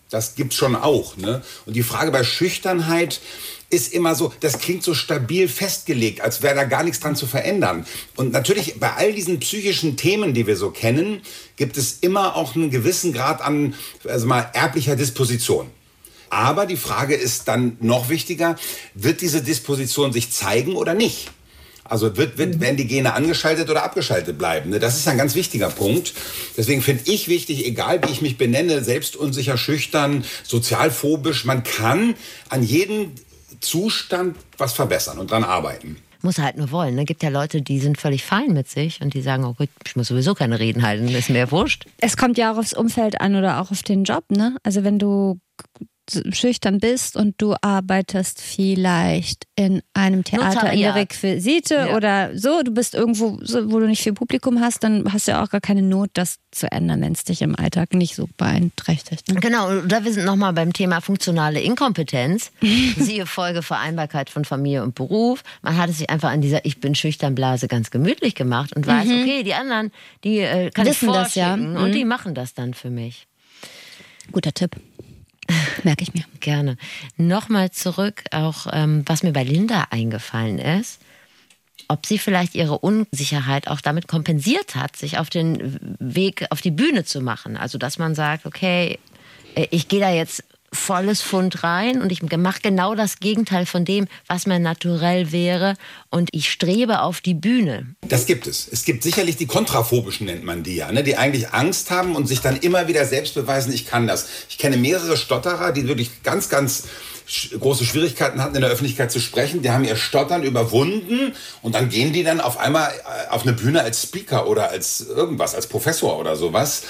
Das gibt's schon auch. Ne? Und die Frage bei Schüchternheit ist immer so, das klingt so stabil festgelegt, als wäre da gar nichts dran zu verändern. Und natürlich bei all diesen psychischen Themen, die wir so kennen, gibt es immer auch einen gewissen Grad an erblicher Disposition. Aber die Frage ist dann noch wichtiger, wird diese Disposition sich zeigen oder nicht? Also werden die Gene angeschaltet oder abgeschaltet bleiben? Das ist ein ganz wichtiger Punkt. Deswegen finde ich wichtig, egal wie ich mich benenne, selbstunsicher, schüchtern, sozialphobisch, man kann an jedem Zustand was verbessern und dran arbeiten. Muss halt nur wollen. Es gibt ja Leute, die sind völlig fein mit sich und die sagen, oh gut, ich muss sowieso keine Reden halten, ist mir wurscht. Es kommt ja auch aufs Umfeld an oder auch auf den Job, ne? Also wenn du schüchtern bist und du arbeitest vielleicht in einem Theater Notariat. In der Requisite oder so, du bist irgendwo, wo du nicht viel Publikum hast, dann hast du ja auch gar keine Not, das zu ändern, wenn es dich im Alltag nicht so beeinträchtigt. Ne? Genau, und da wir sind nochmal beim Thema funktionale Inkompetenz. Siehe Folge Vereinbarkeit von Familie und Beruf. Man hat es sich einfach an dieser Ich bin schüchtern Blase ganz gemütlich gemacht und weiß, okay, die anderen, die kann ich vorschicken und die machen das dann für mich. Guter Tipp. Merke ich mir. Gerne. Nochmal zurück, auch was mir bei Linda eingefallen ist, ob sie vielleicht ihre Unsicherheit auch damit kompensiert hat, sich auf den Weg auf die Bühne zu machen. Also dass man sagt, okay, ich gehe da jetzt volles Pfund rein und ich mache genau das Gegenteil von dem, was mir naturell wäre und ich strebe auf die Bühne. Das gibt es. Es gibt sicherlich die Kontraphobischen, nennt man die ja, ne? Die eigentlich Angst haben und sich dann immer wieder selbst beweisen, ich kann das. Ich kenne mehrere Stotterer, die wirklich ganz, ganz große Schwierigkeiten hatten, in der Öffentlichkeit zu sprechen. Die haben ihr Stottern überwunden und dann gehen die dann auf einmal auf eine Bühne als Speaker oder als irgendwas, als Professor oder sowas.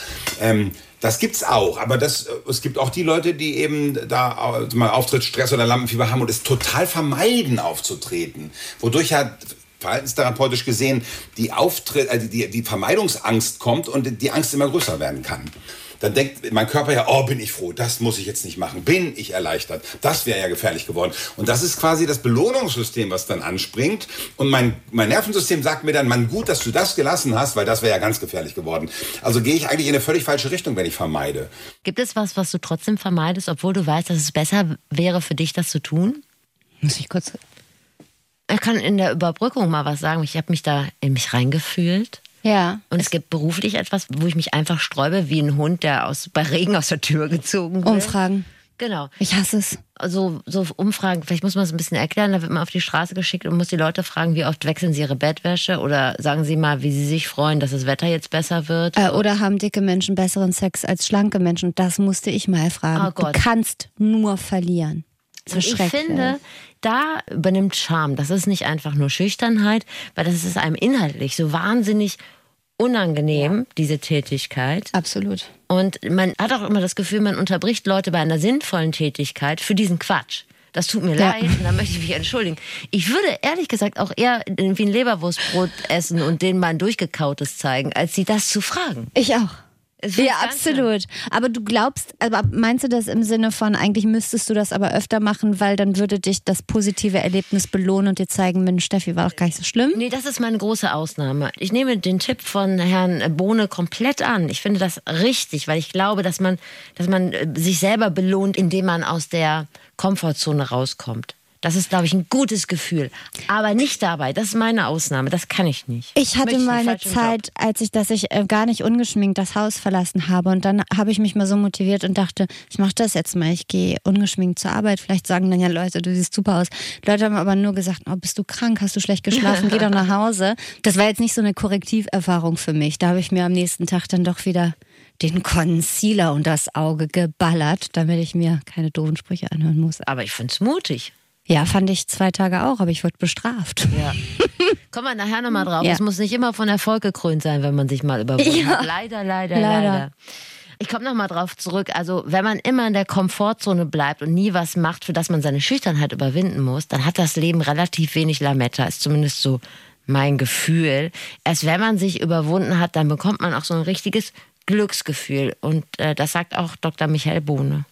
Das gibt's auch, aber es gibt auch die Leute, die eben da mal Auftrittsstress oder Lampenfieber haben und es total vermeiden, aufzutreten. Wodurch ja verhaltenstherapeutisch gesehen die Vermeidungsangst kommt und die Angst immer größer werden kann. Dann denkt mein Körper ja, oh, bin ich froh, das muss ich jetzt nicht machen, bin ich erleichtert. Das wäre ja gefährlich geworden. Und das ist quasi das Belohnungssystem, was dann anspringt. Und mein Nervensystem sagt mir dann, Mann, gut, dass du das gelassen hast, weil das wäre ja ganz gefährlich geworden. Also gehe ich eigentlich in eine völlig falsche Richtung, wenn ich vermeide. Gibt es was du trotzdem vermeidest, obwohl du weißt, dass es besser wäre für dich, das zu tun? Muss ich kurz... Ich kann in der Überbrückung mal was sagen. Ich habe mich da in mich reingefühlt. Ja. Und es gibt beruflich etwas, wo ich mich einfach sträube, wie ein Hund, der bei Regen aus der Tür gezogen wird. Umfragen. Genau. Ich hasse es. Also so Umfragen, vielleicht muss man es ein bisschen erklären, da wird man auf die Straße geschickt und muss die Leute fragen, wie oft wechseln sie ihre Bettwäsche oder sagen sie mal, wie sie sich freuen, dass das Wetter jetzt besser wird. Oder haben dicke Menschen besseren Sex als schlanke Menschen? Das musste ich mal fragen. Oh Gott. Du kannst nur verlieren. Und ich finde, da übernimmt Scham. Das ist nicht einfach nur Schüchternheit, weil das ist einem inhaltlich so wahnsinnig unangenehm, diese Tätigkeit. Absolut. Und man hat auch immer das Gefühl, man unterbricht Leute bei einer sinnvollen Tätigkeit für diesen Quatsch. Das tut mir leid und da möchte ich mich entschuldigen. Ich würde ehrlich gesagt auch eher irgendwie ein Leberwurstbrot essen und denen mal ein durchgekautes zeigen, als sie das zu fragen. Ich auch. Ja, absolut. Aber du glaubst, aber meinst du das im Sinne von, eigentlich müsstest du das aber öfter machen, weil dann würde dich das positive Erlebnis belohnen und dir zeigen, Mensch, Steffi, war doch gar nicht so schlimm? Nee, das ist meine große Ausnahme. Ich nehme den Tipp von Herrn Bohne komplett an. Ich finde das richtig, weil ich glaube, dass man sich selber belohnt, indem man aus der Komfortzone rauskommt. Das ist, glaube ich, ein gutes Gefühl. Aber nicht dabei. Das ist meine Ausnahme. Das kann ich nicht. Ich hatte mal eine Zeit, als ich gar nicht ungeschminkt das Haus verlassen habe. Und dann habe ich mich mal so motiviert und dachte, ich mache das jetzt mal. Ich gehe ungeschminkt zur Arbeit. Vielleicht sagen dann ja Leute, du siehst super aus. Leute haben aber nur gesagt, oh, bist du krank? Hast du schlecht geschlafen? Geh doch nach Hause. Das war jetzt nicht so eine Korrektiverfahrung für mich. Da habe ich mir am nächsten Tag dann doch wieder den Concealer unter das Auge geballert, damit ich mir keine doofen Sprüche anhören muss. Aber ich finde es mutig. Ja, fand ich 2 Tage auch, aber ich wurde bestraft. Ja. Kommen wir nachher nochmal drauf. Es muss nicht immer von Erfolg gekrönt sein, wenn man sich mal überwunden hat. Leider. Ich komme nochmal drauf zurück. Also, wenn man immer in der Komfortzone bleibt und nie was macht, für das man seine Schüchternheit überwinden muss, dann hat das Leben relativ wenig Lametta. Ist zumindest so mein Gefühl. Erst wenn man sich überwunden hat, dann bekommt man auch so ein richtiges Glücksgefühl. Und das sagt auch Dr. Michael Bohne.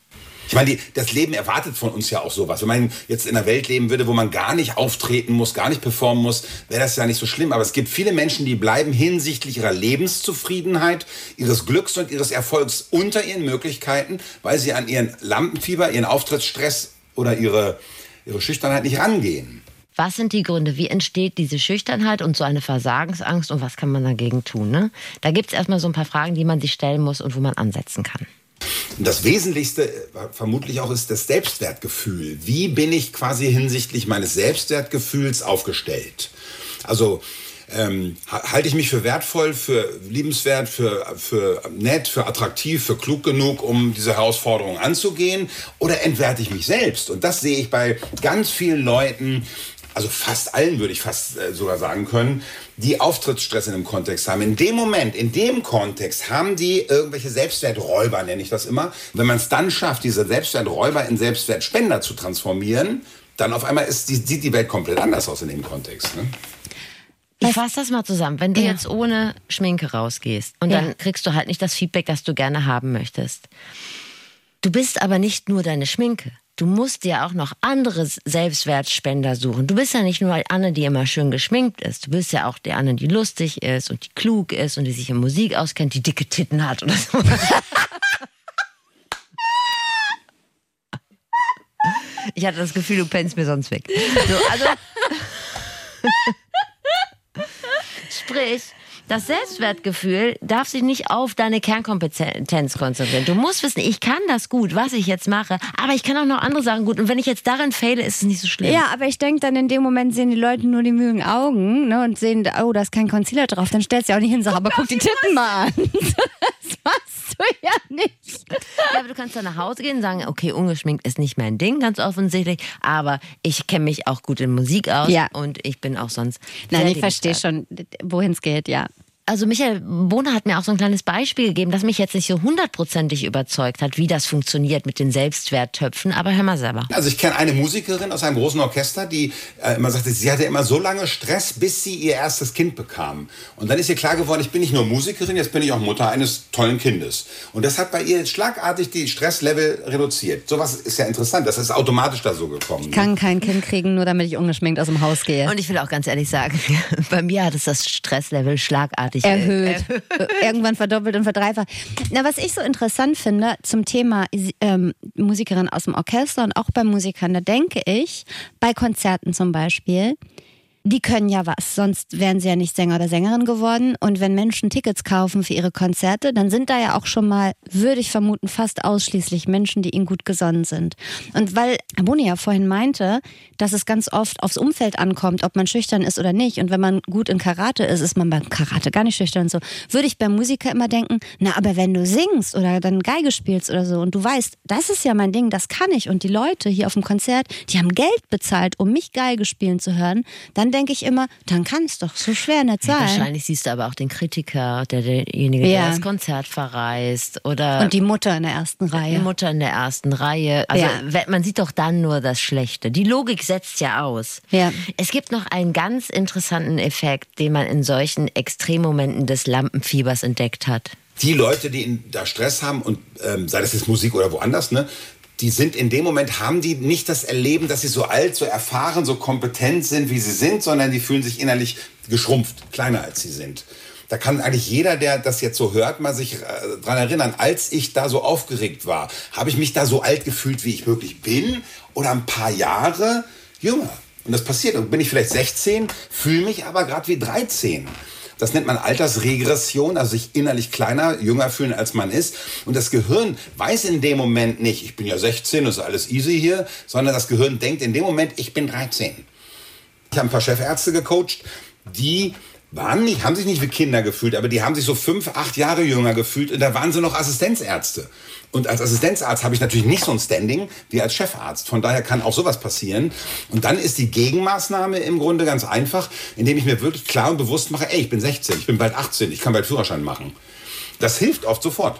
Ich meine, das Leben erwartet von uns ja auch sowas. Wenn man jetzt in einer Welt leben würde, wo man gar nicht auftreten muss, gar nicht performen muss, wäre das ja nicht so schlimm. Aber es gibt viele Menschen, die bleiben hinsichtlich ihrer Lebenszufriedenheit, ihres Glücks und ihres Erfolgs unter ihren Möglichkeiten, weil sie an ihren Lampenfieber, ihren Auftrittsstress oder ihre Schüchternheit nicht rangehen. Was sind die Gründe? Wie entsteht diese Schüchternheit und so eine Versagensangst und was kann man dagegen tun? Ne? Da gibt es erstmal so ein paar Fragen, die man sich stellen muss und wo man ansetzen kann. Das Wesentlichste vermutlich auch ist das Selbstwertgefühl. Wie bin ich quasi hinsichtlich meines Selbstwertgefühls aufgestellt? Also halte ich mich für wertvoll, für liebenswert, für nett, für attraktiv, für klug genug, um diese Herausforderung anzugehen? Oder entwerte ich mich selbst? Und das sehe ich bei ganz vielen Leuten, also fast allen würde ich fast sogar sagen können, die Auftrittsstress in einem Kontext haben. In dem Moment, in dem Kontext haben die irgendwelche Selbstwerträuber, nenne ich das immer. Wenn man es dann schafft, diese Selbstwerträuber in Selbstwertspender zu transformieren, dann auf einmal sieht die Welt komplett anders aus in dem Kontext. Ne? Ich fasse das mal zusammen. Wenn du jetzt ohne Schminke rausgehst und dann kriegst du halt nicht das Feedback, das du gerne haben möchtest. Du bist aber nicht nur deine Schminke. Du musst dir auch noch andere Selbstwertspender suchen. Du bist ja nicht nur Anne, die immer schön geschminkt ist. Du bist ja auch die Anne, die lustig ist und die klug ist und die sich in Musik auskennt, die dicke Titten hat oder so. Ich hatte das Gefühl, du pennst mir sonst weg. So, also sprich, das Selbstwertgefühl darf sich nicht auf deine Kernkompetenz konzentrieren. Du musst wissen, ich kann das gut, was ich jetzt mache, aber ich kann auch noch andere Sachen gut. Und wenn ich jetzt darin fehle, ist es nicht so schlimm. Ja, aber ich denke dann, in dem Moment sehen die Leute nur die müden Augen, ne, und sehen, oh, da ist kein Concealer drauf. Dann stellst du ja auch nicht hin, sag, aber guck die Titten mal an. Das machst du ja nicht. Ja, aber du kannst dann nach Hause gehen und sagen, okay, ungeschminkt ist nicht mein Ding, ganz offensichtlich, aber ich kenne mich auch gut in Musik aus und ich bin auch sonst... Nein, ich verstehe schon, wohin es geht, ja. Also Michael Bohner hat mir auch so ein kleines Beispiel gegeben, das mich jetzt nicht so 100%ig überzeugt hat, wie das funktioniert mit den Selbstwerttöpfen. Aber hör mal selber. Also ich kenne eine Musikerin aus einem großen Orchester, die immer sagte, sie hatte immer so lange Stress, bis sie ihr erstes Kind bekam. Und dann ist ihr klar geworden, ich bin nicht nur Musikerin, jetzt bin ich auch Mutter eines tollen Kindes. Und das hat bei ihr schlagartig die Stresslevel reduziert. Sowas ist ja interessant, das ist automatisch da so gekommen. Ich kann kein Kind kriegen, nur damit ich ungeschminkt aus dem Haus gehe. Und ich will auch ganz ehrlich sagen, bei mir hat es das Stresslevel schlagartig erhöht. Irgendwann verdoppelt und verdreifacht. Na, was ich so interessant finde zum Thema Musikerin aus dem Orchester und auch bei Musikern, da denke ich, bei Konzerten zum Beispiel, die können ja was, sonst wären sie ja nicht Sänger oder Sängerin geworden. Und wenn Menschen Tickets kaufen für ihre Konzerte, dann sind da ja auch schon mal, würde ich vermuten, fast ausschließlich Menschen, die ihnen gut gesonnen sind. Und weil Boni ja vorhin meinte, dass es ganz oft aufs Umfeld ankommt, ob man schüchtern ist oder nicht. Und wenn man gut in Karate ist, ist man beim Karate gar nicht schüchtern und so. Würde ich beim Musiker immer denken, na, aber wenn du singst oder dann Geige spielst oder so und du weißt, das ist ja mein Ding, das kann ich. Und die Leute hier auf dem Konzert, die haben Geld bezahlt, um mich Geige spielen zu hören, dann denke ich immer, dann kann es doch so schwer nicht sein. Wahrscheinlich siehst du aber auch den Kritiker, derjenige, der das Konzert verreist. Oder und die Mutter in der ersten Reihe. Die Mutter in der ersten Reihe. Also man sieht doch dann nur das Schlechte. Die Logik setzt ja aus. Ja. Es gibt noch einen ganz interessanten Effekt, den man in solchen Extremmomenten des Lampenfiebers entdeckt hat. Die Leute, die da Stress haben, und sei das jetzt Musik oder woanders, ne? Die sind in dem Moment, haben die nicht das Erleben, dass sie so alt, so erfahren, so kompetent sind, wie sie sind, sondern die fühlen sich innerlich geschrumpft, kleiner als sie sind. Da kann eigentlich jeder, der das jetzt so hört, mal sich dran erinnern, als ich da so aufgeregt war, habe ich mich da so alt gefühlt, wie ich wirklich bin, oder ein paar Jahre jünger. Und das passiert. Und bin ich vielleicht 16, fühle mich aber gerade wie 13. Das nennt man Altersregression, also sich innerlich kleiner, jünger fühlen, als man ist. Und das Gehirn weiß in dem Moment nicht, ich bin ja 16, das ist alles easy hier, sondern das Gehirn denkt in dem Moment, ich bin 13. Ich habe ein paar Chefärzte gecoacht, die haben sich nicht wie Kinder gefühlt, aber die haben sich so 5, 8 Jahre jünger gefühlt und da waren sie noch Assistenzärzte. Und als Assistenzarzt habe ich natürlich nicht so ein Standing wie als Chefarzt. Von daher kann auch sowas passieren. Und dann ist die Gegenmaßnahme im Grunde ganz einfach, indem ich mir wirklich klar und bewusst mache, ey, ich bin 16, ich bin bald 18, ich kann bald Führerschein machen. Das hilft oft sofort.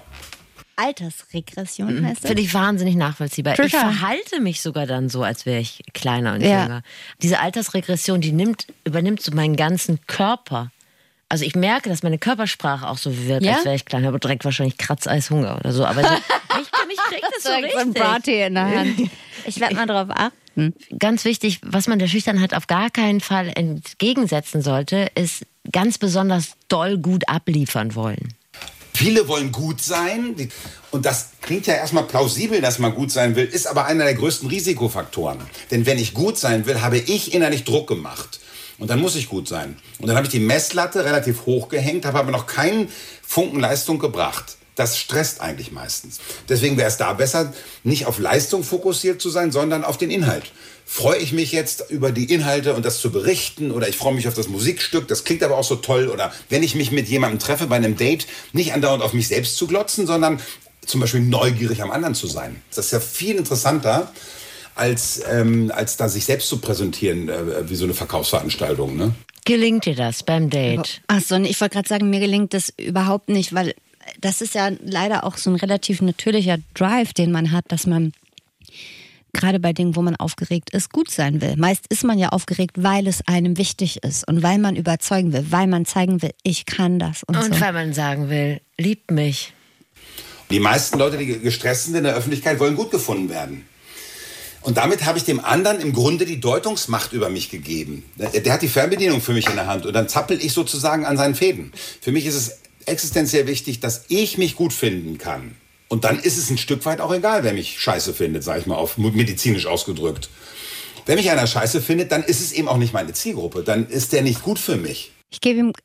Altersregression heißt das? Finde ich wahnsinnig nachvollziehbar. Total. Ich verhalte mich sogar dann so, als wäre ich kleiner und jünger. Diese Altersregression, die übernimmt so meinen ganzen Körper. Also ich merke, dass meine Körpersprache auch so wird, als wäre ich kleiner, aber direkt wahrscheinlich Kratzeishunger oder so. Aber so, mich krieg das so richtig. So ein Brattee in der Hand. Ich werde mal drauf achten. Ganz wichtig, was man der Schüchternheit auf gar keinen Fall entgegensetzen sollte, ist ganz besonders doll gut abliefern wollen. Viele wollen gut sein und das klingt ja erstmal plausibel, dass man gut sein will, ist aber einer der größten Risikofaktoren. Denn wenn ich gut sein will, habe ich innerlich Druck gemacht. Und dann muss ich gut sein. Und dann habe ich die Messlatte relativ hoch gehängt, habe aber noch keinen Funken Leistung gebracht. Das stresst eigentlich meistens. Deswegen wäre es da besser, nicht auf Leistung fokussiert zu sein, sondern auf den Inhalt. Freue ich mich jetzt über die Inhalte und das zu berichten oder ich freue mich auf das Musikstück, das klingt aber auch so toll. Oder wenn ich mich mit jemandem treffe bei einem Date, nicht andauernd auf mich selbst zu glotzen, sondern zum Beispiel neugierig am anderen zu sein. Das ist ja viel interessanter, als da sich selbst zu präsentieren, wie so eine Verkaufsveranstaltung. Ne? Gelingt dir das beim Date? Achso, ich wollte gerade sagen, mir gelingt das überhaupt nicht, weil das ist ja leider auch so ein relativ natürlicher Drive, den man hat, dass man gerade bei Dingen, wo man aufgeregt ist, gut sein will. Meist ist man ja aufgeregt, weil es einem wichtig ist und weil man überzeugen will, weil man zeigen will, ich kann das. Und so. Weil man sagen will, liebt mich. Die meisten Leute, die gestresst sind in der Öffentlichkeit, wollen gut gefunden werden. Und damit habe ich dem anderen im Grunde die Deutungsmacht über mich gegeben. Der hat die Fernbedienung für mich in der Hand und dann zappel ich sozusagen an seinen Fäden. Für mich ist es existenziell wichtig, dass ich mich gut finden kann. Und dann ist es ein Stück weit auch egal, wer mich scheiße findet, sage ich mal, auf medizinisch ausgedrückt. Wenn mich einer scheiße findet, dann ist es eben auch nicht meine Zielgruppe. Dann ist der nicht gut für mich. Ich gebe ihm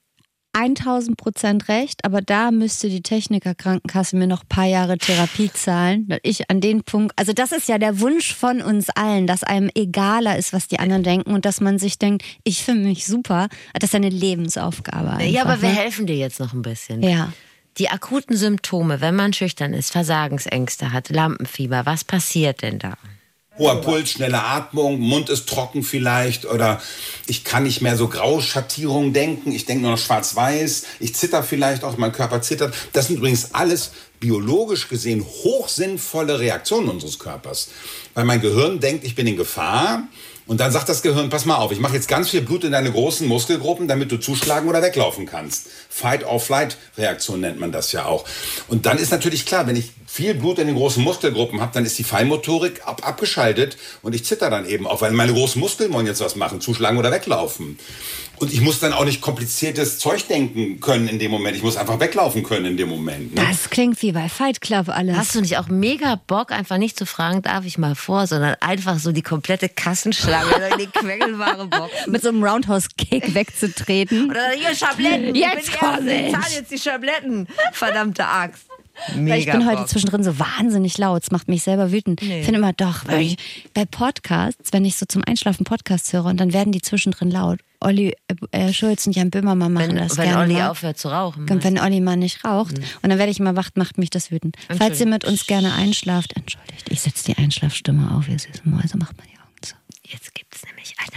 1000% recht, aber da müsste die Technikerkrankenkasse mir noch ein paar Jahre Therapie zahlen. Ich an den Punkt, also das ist ja der Wunsch von uns allen, dass einem egaler ist, was die anderen denken und dass man sich denkt, ich finde mich super. Das ist eine Lebensaufgabe einfach. Ja, aber wir helfen dir jetzt noch ein bisschen. Ja. Die akuten Symptome, wenn man schüchtern ist, Versagensängste hat, Lampenfieber, was passiert denn da? Hoher Puls, schnelle Atmung, Mund ist trocken vielleicht oder ich kann nicht mehr so Grauschattierungen denken, ich denke nur noch schwarz-weiß, ich zitter vielleicht auch, mein Körper zittert. Das sind übrigens alles biologisch gesehen hochsinnvolle Reaktionen unseres Körpers. Weil mein Gehirn denkt, ich bin in Gefahr und dann sagt das Gehirn, pass mal auf, ich mache jetzt ganz viel Blut in deine großen Muskelgruppen, damit du zuschlagen oder weglaufen kannst. Fight-or-Flight-Reaktion nennt man das ja auch. Und dann ist natürlich klar, wenn ich viel Blut in den großen Muskelgruppen habe, dann ist die Feinmotorik abgeschaltet und ich zitter dann eben auch, weil meine großen Muskeln wollen jetzt was machen, zuschlagen oder weglaufen. Und ich muss dann auch nicht kompliziertes Zeug denken können in dem Moment. Ich muss einfach weglaufen können in dem Moment. Ne? Das klingt wie bei Fight Club alles. Hast du nicht auch mega Bock, einfach nicht zu fragen, darf ich mal vor, sondern einfach so die komplette Kassenschlange in die Quengelware Boxen. Mit so einem Roundhouse-Kick wegzutreten. Oder hier Schabletten. Jetzt komm ich. Zahl jetzt die Schabletten. Verdammte Axt. Mega ich bin heute zwischendrin so wahnsinnig laut. Es macht mich selber wütend. Nee. Ich finde immer doch, weil ich bei Podcasts, wenn ich so zum Einschlafen Podcasts höre und dann werden die zwischendrin laut. Olli Schulz und Jan Böhmermann machen das gerne. Wenn Olli mal aufhört zu rauchen. Und wenn Olli mal nicht raucht. Und dann werde ich immer wach, macht mich das wütend. Falls ihr mit uns gerne einschlaft, entschuldigt, ich setze die Einschlafstimme auf, ihr süßen Mäuse, macht mal die Augen zu. Jetzt gibt es nämlich eine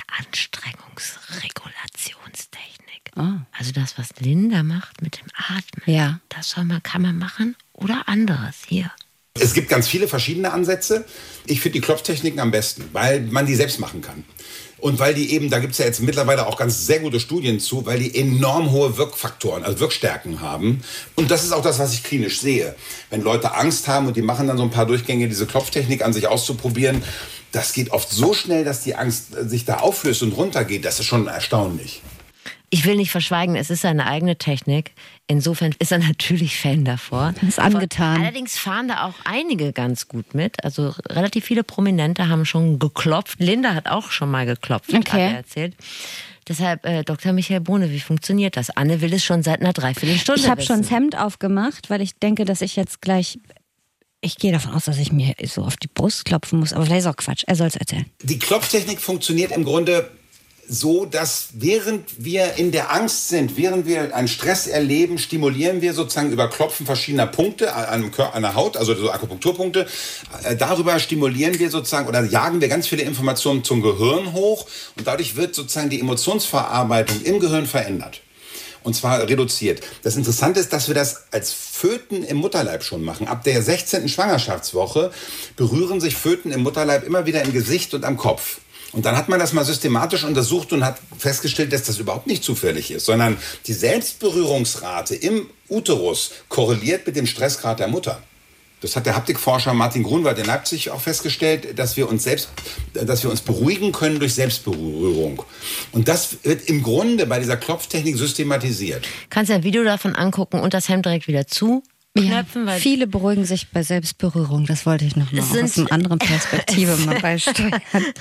Anstrengungsregulationstechnik. Oh. Also das, was Linda macht mit dem Atmen, ja. Das kann man machen oder anderes hier. Es gibt ganz viele verschiedene Ansätze. Ich finde die Klopftechniken am besten, weil man die selbst machen kann. Und weil die eben, da gibt es ja jetzt mittlerweile auch ganz sehr gute Studien zu, weil die enorm hohe Wirkfaktoren, also Wirkstärken haben. Und das ist auch das, was ich klinisch sehe. Wenn Leute Angst haben und die machen dann so ein paar Durchgänge, diese Klopftechnik an sich auszuprobieren, das geht oft so schnell, dass die Angst sich da auflöst und runtergeht. Das ist schon erstaunlich. Ich will nicht verschweigen, es ist seine eigene Technik. Insofern ist er natürlich Fan davor. Das ist angetan. Allerdings fahren da auch einige ganz gut mit. Also relativ viele Prominente haben schon geklopft. Linda hat auch schon mal geklopft, hat er erzählt. Deshalb, Dr. Michael Bohne, wie funktioniert das? Anne will es schon seit einer Dreiviertelstunde Ich habe schon das Hemd aufgemacht, weil ich denke, dass ich jetzt gleich... Ich gehe davon aus, dass ich mir so auf die Brust klopfen muss. Aber vielleicht ist auch Quatsch. Er soll es erzählen. Die Klopftechnik funktioniert im Grunde so, dass während wir in der Angst sind, während wir einen Stress erleben, stimulieren wir sozusagen über Klopfen verschiedener Punkte an der Haut, also so Akupunkturpunkte. Darüber stimulieren wir sozusagen oder jagen wir ganz viele Informationen zum Gehirn hoch und dadurch wird sozusagen die Emotionsverarbeitung im Gehirn verändert. Und zwar reduziert. Das Interessante ist, dass wir das als Föten im Mutterleib schon machen. Ab der 16. Schwangerschaftswoche berühren sich Föten im Mutterleib immer wieder im Gesicht und am Kopf. Und dann hat man das mal systematisch untersucht und hat festgestellt, dass das überhaupt nicht zufällig ist, sondern die Selbstberührungsrate im Uterus korreliert mit dem Stressgrad der Mutter. Das hat der Haptikforscher Martin Grunwald in Leipzig auch festgestellt, dass wir uns beruhigen können durch Selbstberührung. Und das wird im Grunde bei dieser Klopftechnik systematisiert. Kannst ja ein Video davon angucken und das Hemd direkt wieder zuknöpfen. Ja, viele beruhigen sich bei Selbstberührung. Das wollte ich noch mal aus einer anderen Perspektive mal beisteuern.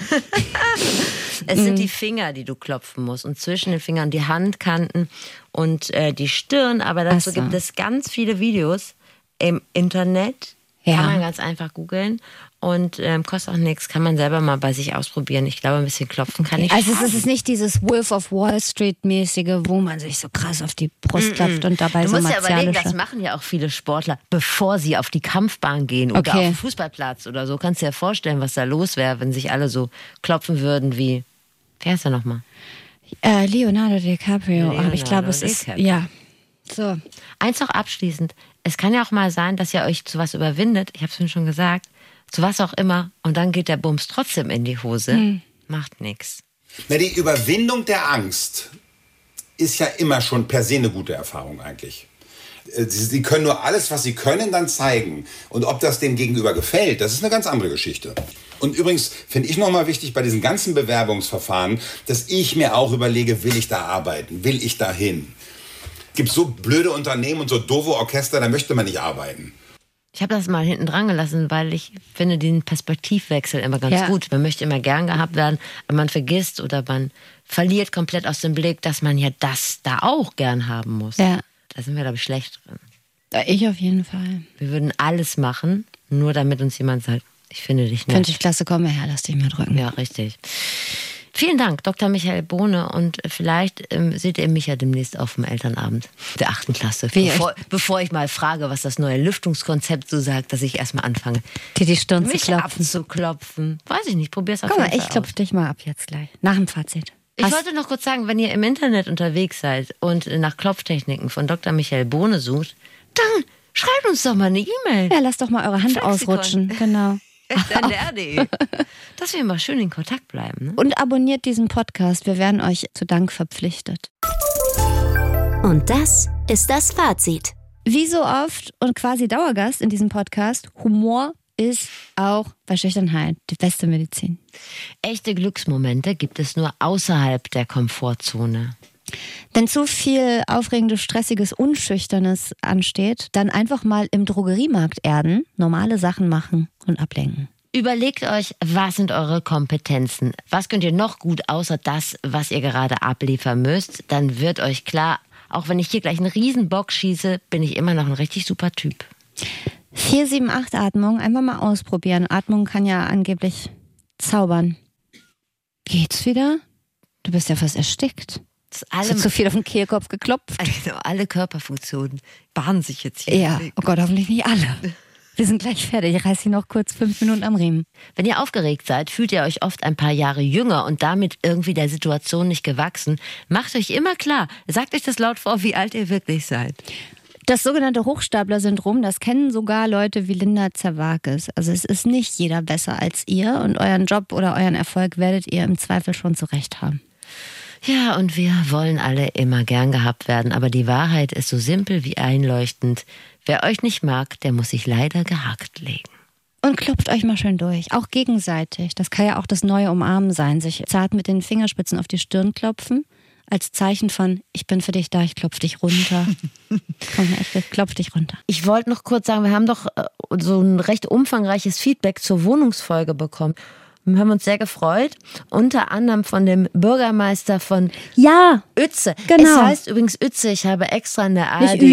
Es sind die Finger, die du klopfen musst. Und zwischen den Fingern die Handkanten und die Stirn. Aber dazu gibt es ganz viele Videos im Internet. Ja. Kann man ganz einfach googeln. Und kostet auch nichts, kann man selber mal bei sich ausprobieren. Ich glaube, ein bisschen klopfen kann ich Also es ist nicht dieses Wolf of Wall Street mäßige, wo man sich so krass auf die Brust klopft und dabei so martialische... Du musst ja überlegen, das machen ja auch viele Sportler, bevor sie auf die Kampfbahn gehen oder auf den Fußballplatz oder so. Kannst du dir ja vorstellen, was da los wäre, wenn sich alle so klopfen würden wie... Wer ist der nochmal? Leonardo DiCaprio. Aber ich glaube, es ist... Ja. So. Eins noch abschließend. Es kann ja auch mal sein, dass ihr euch zu was überwindet. Ich habe es schon gesagt. Zu was auch immer. Und dann geht der Bums trotzdem in die Hose. Macht nichts. Na, die Überwindung der Angst ist ja immer schon per se eine gute Erfahrung eigentlich. Sie können nur alles, was sie können, dann zeigen. Und ob das dem Gegenüber gefällt, das ist eine ganz andere Geschichte. Und übrigens finde ich nochmal wichtig bei diesen ganzen Bewerbungsverfahren, dass ich mir auch überlege, will ich da arbeiten? Will ich da hin? Es gibt so blöde Unternehmen und so doofe Orchester, da möchte man nicht arbeiten. Ich habe das mal hinten dran gelassen, weil ich finde den Perspektivwechsel immer ganz gut. Man möchte immer gern gehabt werden, aber man vergisst oder man verliert komplett aus dem Blick, dass man ja das da auch gern haben muss. Ja. Da sind wir, glaube ich, schlecht drin. Ich auf jeden Fall. Wir würden alles machen, nur damit uns jemand sagt, ich finde dich nett. Finde ich klasse, komm mal her, lass dich mal drücken. Ja, richtig. Vielen Dank, Dr. Michael Bohne. Und vielleicht seht ihr mich ja demnächst auf dem Elternabend der 8. Klasse. Bevor ich mal frage, was das neue Lüftungskonzept so sagt, dass ich erstmal anfange, dir die Stirn zu klopfen. Weiß ich nicht, probier's auf jeden Fall. Guck mal, ich klopfe dich mal ab jetzt gleich, nach dem Fazit. Ich wollte noch kurz sagen, wenn ihr im Internet unterwegs seid und nach Klopftechniken von Dr. Michael Bohne sucht, dann schreibt uns doch mal eine E-Mail. Ja, lasst doch mal eure Hand ausrutschen. Genau. Dass wir mal schön in Kontakt bleiben. Ne? Und abonniert diesen Podcast. Wir werden euch zu Dank verpflichtet. Und das ist das Fazit. Wie so oft und quasi Dauergast in diesem Podcast, Humor ist auch bei Schüchternheit die beste Medizin. Echte Glücksmomente gibt es nur außerhalb der Komfortzone. Wenn zu viel aufregendes, stressiges, Unschüchternes ansteht, dann einfach mal im Drogeriemarkt erden, normale Sachen machen und ablenken. Überlegt euch, was sind eure Kompetenzen? Was könnt ihr noch gut außer das, was ihr gerade abliefern müsst? Dann wird euch klar, auch wenn ich hier gleich einen riesen Bock schieße, bin ich immer noch ein richtig super Typ. 4-7-8-Atmung, einfach mal ausprobieren. Atmung kann ja angeblich zaubern. Geht's wieder? Du bist ja fast erstickt. Hast zu viel auf den Kehlkopf geklopft? Also alle Körperfunktionen bahnen sich jetzt hier. Ja, oh Gott, hoffentlich nicht alle. Wir sind gleich fertig. Ich reiß sie noch kurz 5 Minuten am Riemen. Wenn ihr aufgeregt seid, fühlt ihr euch oft ein paar Jahre jünger und damit irgendwie der Situation nicht gewachsen. Macht euch immer klar, sagt euch das laut vor, wie alt ihr wirklich seid. Das sogenannte Hochstapler-Syndrom, das kennen sogar Leute wie Linda Zerwakis. Also es ist nicht jeder besser als ihr und euren Job oder euren Erfolg werdet ihr im Zweifel schon zurecht haben. Ja, und wir wollen alle immer gern gehabt werden, aber die Wahrheit ist so simpel wie einleuchtend. Wer euch nicht mag, der muss sich leider gehackt legen. Und klopft euch mal schön durch, auch gegenseitig. Das kann ja auch das neue Umarmen sein, sich zart mit den Fingerspitzen auf die Stirn klopfen, als Zeichen von, ich bin für dich da, ich klopf dich runter. Komm her, ich klopf dich runter. Ich wollte noch kurz sagen, wir haben doch so ein recht umfangreiches Feedback zur Wohnungsfolge bekommen. Wir haben uns sehr gefreut, unter anderem von dem Bürgermeister von Uetze. Genau. Es heißt übrigens Uetze, ich habe extra in der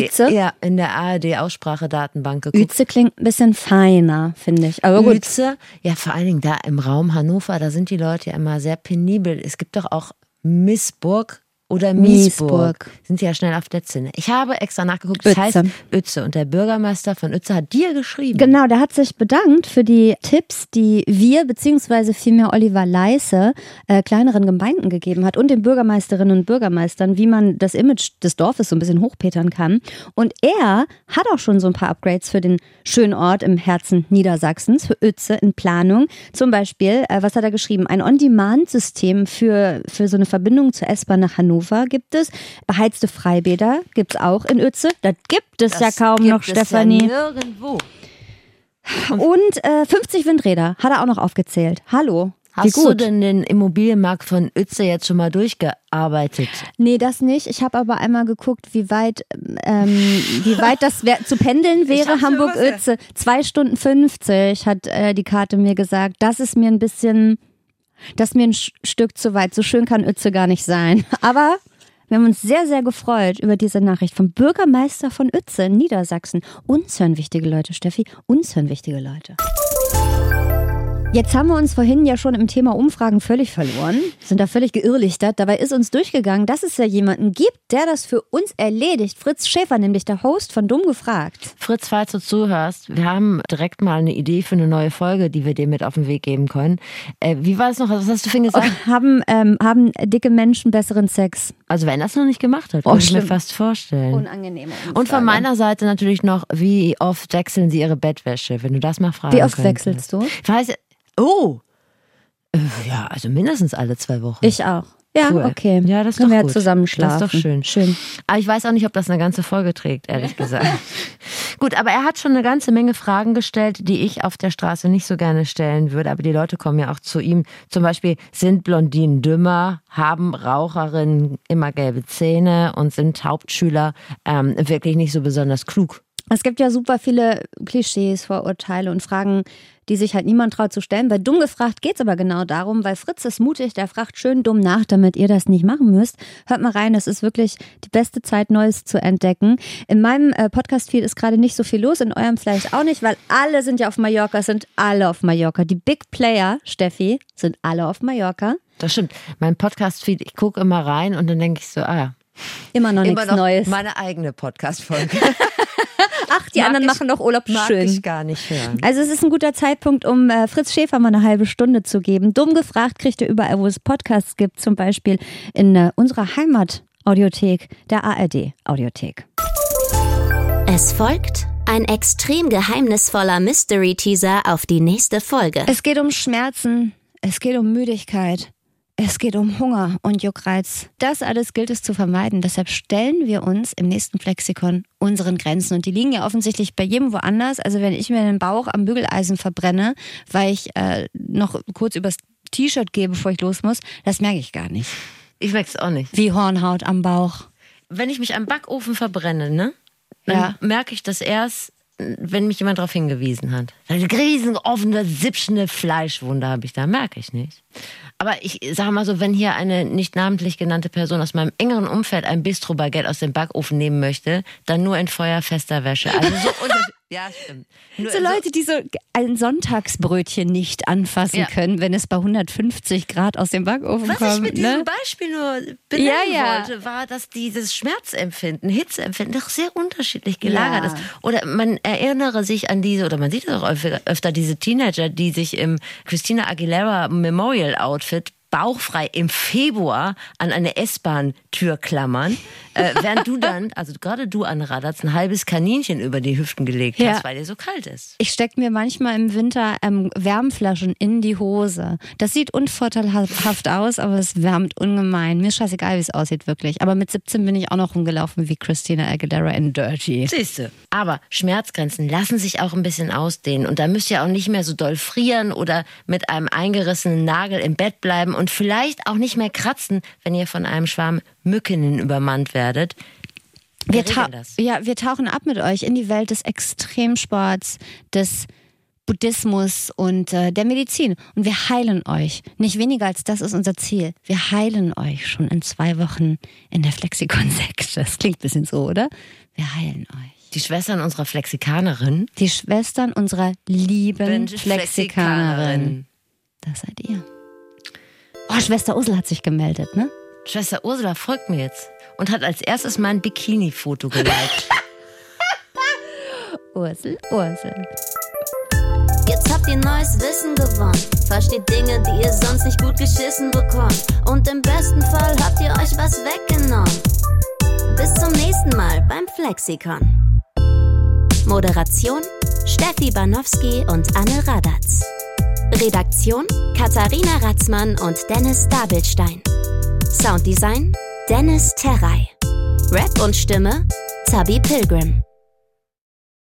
ARD Aussprachedatenbank geguckt. Uetze klingt ein bisschen feiner, finde ich. Aber gut. Uetze, ja vor allen Dingen da im Raum Hannover, da sind die Leute ja immer sehr penibel. Es gibt doch auch Missburg oder Miesburg. Sind ja schnell auf der Zinne. Ich habe extra nachgeguckt, das heißt Uetze. Und der Bürgermeister von Uetze hat dir geschrieben. Genau, der hat sich bedankt für die Tipps, die wir, beziehungsweise vielmehr Oliver Leisse, kleineren Gemeinden gegeben hat und den Bürgermeisterinnen und Bürgermeistern, wie man das Image des Dorfes so ein bisschen hochpetern kann. Und er hat auch schon so ein paar Upgrades für den schönen Ort im Herzen Niedersachsens, für Uetze in Planung. Zum Beispiel, was hat er geschrieben? Ein On-Demand-System für so eine Verbindung zur S-Bahn nach Hannover gibt es. Beheizte Freibäder gibt es auch in Uetze. Das gibt es ja kaum noch, Stefanie. Ja nirgendwo. Und 50 Windräder hat er auch noch aufgezählt. Hallo. Hast du denn den Immobilienmarkt von Uetze jetzt schon mal durchgearbeitet? Nee, das nicht. Ich habe aber einmal geguckt, wie weit das zu pendeln wäre, Hamburg-Uetze. 2 Stunden 50 hat die Karte mir gesagt. Das ist mir ein Stück zu weit. So schön kann Uetze gar nicht sein. Aber wir haben uns sehr, sehr gefreut über diese Nachricht vom Bürgermeister von Uetze in Niedersachsen. Uns hören wichtige Leute, Steffi. Uns hören wichtige Leute. Jetzt haben wir uns vorhin ja schon im Thema Umfragen völlig verloren, sind da völlig geirrlichtert. Dabei ist uns durchgegangen, dass es ja jemanden gibt, der das für uns erledigt. Fritz Schäfer, nämlich der Host von Dumm gefragt. Fritz, falls du zuhörst, wir haben direkt mal eine Idee für eine neue Folge, die wir dir mit auf den Weg geben können. Wie war es noch? Was hast du vorhin gesagt? Haben dicke Menschen besseren Sex? Also wenn er es noch nicht gemacht hat, kann ich mir fast vorstellen. Unangenehme Umfrage. Und von meiner Seite natürlich noch, wie oft wechseln sie ihre Bettwäsche? Wenn du das mal fragen Wie oft könntest. wechselst du? Ich weiß, ja, also mindestens alle 2 Wochen. Ich auch. Ja, cool. Okay. Ja, das ist können doch wir gut. Zusammen schlafen. Das ist doch schön. Aber ich weiß auch nicht, ob das eine ganze Folge trägt, ehrlich gesagt. Gut, aber er hat schon eine ganze Menge Fragen gestellt, die ich auf der Straße nicht so gerne stellen würde. Aber die Leute kommen ja auch zu ihm. Zum Beispiel, sind Blondinen dümmer? Haben Raucherinnen immer gelbe Zähne? Und sind Hauptschüler wirklich nicht so besonders klug? Es gibt ja super viele Klischees, Vorurteile und Fragen, die sich halt niemand traut zu stellen. Bei Dumm gefragt geht es aber genau darum, weil Fritz ist mutig, der fragt schön dumm nach, damit ihr das nicht machen müsst. Hört mal rein, es ist wirklich die beste Zeit, Neues zu entdecken. In meinem Podcast-Feed ist gerade nicht so viel los, in eurem vielleicht auch nicht, weil alle sind ja auf Mallorca, es sind alle auf Mallorca. Die Big Player, Steffi, sind alle auf Mallorca. Das stimmt. Mein Podcast-Feed, ich gucke immer rein und dann denke ich so, immer noch nichts Neues. Meine eigene Podcast-Folge. Ach, die anderen machen noch Urlaub. Mag schön. Ich gar nicht hören. Also es ist ein guter Zeitpunkt, um Fritz Schäfer mal eine halbe Stunde zu geben. Dumm gefragt kriegt ihr überall, wo es Podcasts gibt, zum Beispiel in unserer Heimat-Audiothek, der ARD-Audiothek. Es folgt ein extrem geheimnisvoller Mystery-Teaser auf die nächste Folge. Es geht um Schmerzen, es geht um Müdigkeit. Es geht um Hunger und Juckreiz. Das alles gilt es zu vermeiden. Deshalb stellen wir uns im nächsten Flexikon unseren Grenzen. Und die liegen ja offensichtlich bei jedem woanders. Also wenn ich mir den Bauch am Bügeleisen verbrenne, weil ich noch kurz übers T-Shirt gehe, bevor ich los muss, das merke ich gar nicht. Ich merke es auch nicht. Wie Hornhaut am Bauch. Wenn ich mich am Backofen verbrenne, ne, dann merke ich das erst, wenn mich jemand darauf hingewiesen hat. Eine riesen offene, sippschende Fleischwunde habe ich da, merke ich nicht. Aber ich sage mal so, wenn hier eine nicht namentlich genannte Person aus meinem engeren Umfeld ein Bistro-Baguette aus dem Backofen nehmen möchte, dann nur in feuerfester Wäsche. Also so ja, stimmt. So Leute, die so ein Sonntagsbrötchen nicht anfassen können, wenn es bei 150 Grad aus dem Backofen kommt. Was ich mit diesem Beispiel nur benennen wollte, war, dass dieses Schmerzempfinden, Hitzeempfinden doch sehr unterschiedlich gelagert ist. Oder man erinnere sich an diese, oder man sieht es auch öfter, diese Teenager, die sich im Christina Aguilera Memorial Outfit bauchfrei im Februar an eine S-Bahn-Tür klammern, während du dann, also gerade du anraderst, ein halbes Kaninchen über die Hüften gelegt hast, weil dir so kalt ist. Ich stecke mir manchmal im Winter Wärmflaschen in die Hose. Das sieht unvorteilhaft aus, aber es wärmt ungemein. Mir ist scheißegal, wie es aussieht, wirklich. Aber mit 17 bin ich auch noch rumgelaufen wie Christina Aguilera in Dirty. Siehste. Aber Schmerzgrenzen lassen sich auch ein bisschen ausdehnen. Und da müsst ihr auch nicht mehr so doll frieren oder mit einem eingerissenen Nagel im Bett bleiben und vielleicht auch nicht mehr kratzen, wenn ihr von einem Schwarm Mücken übermannt werdet. Wir tauchen ab mit euch in die Welt des Extremsports, des Buddhismus und der Medizin. Und wir heilen euch. Nicht weniger als das ist unser Ziel. Wir heilen euch schon in 2 Wochen in der Flexikon-Sekte. Das klingt ein bisschen so, oder? Wir heilen euch. Die Schwestern unserer Flexikanerin. Die Schwestern unserer lieben Flexikanerin. Das seid ihr. Oh, Schwester Ursula hat sich gemeldet, ne? Schwester Ursula folgt mir jetzt und hat als erstes mein Bikini-Foto geliked. Ursel. Jetzt habt ihr neues Wissen gewonnen. Versteht Dinge, die ihr sonst nicht gut geschissen bekommt. Und im besten Fall habt ihr euch was weggenommen. Bis zum nächsten Mal beim Flexikon. Moderation: Steffi Banowski und Anne Radatz. Redaktion: Katharina Ratzmann und Dennis Dabelstein. Sounddesign: Dennis Terrey. Rap und Stimme: Zabi Pilgrim.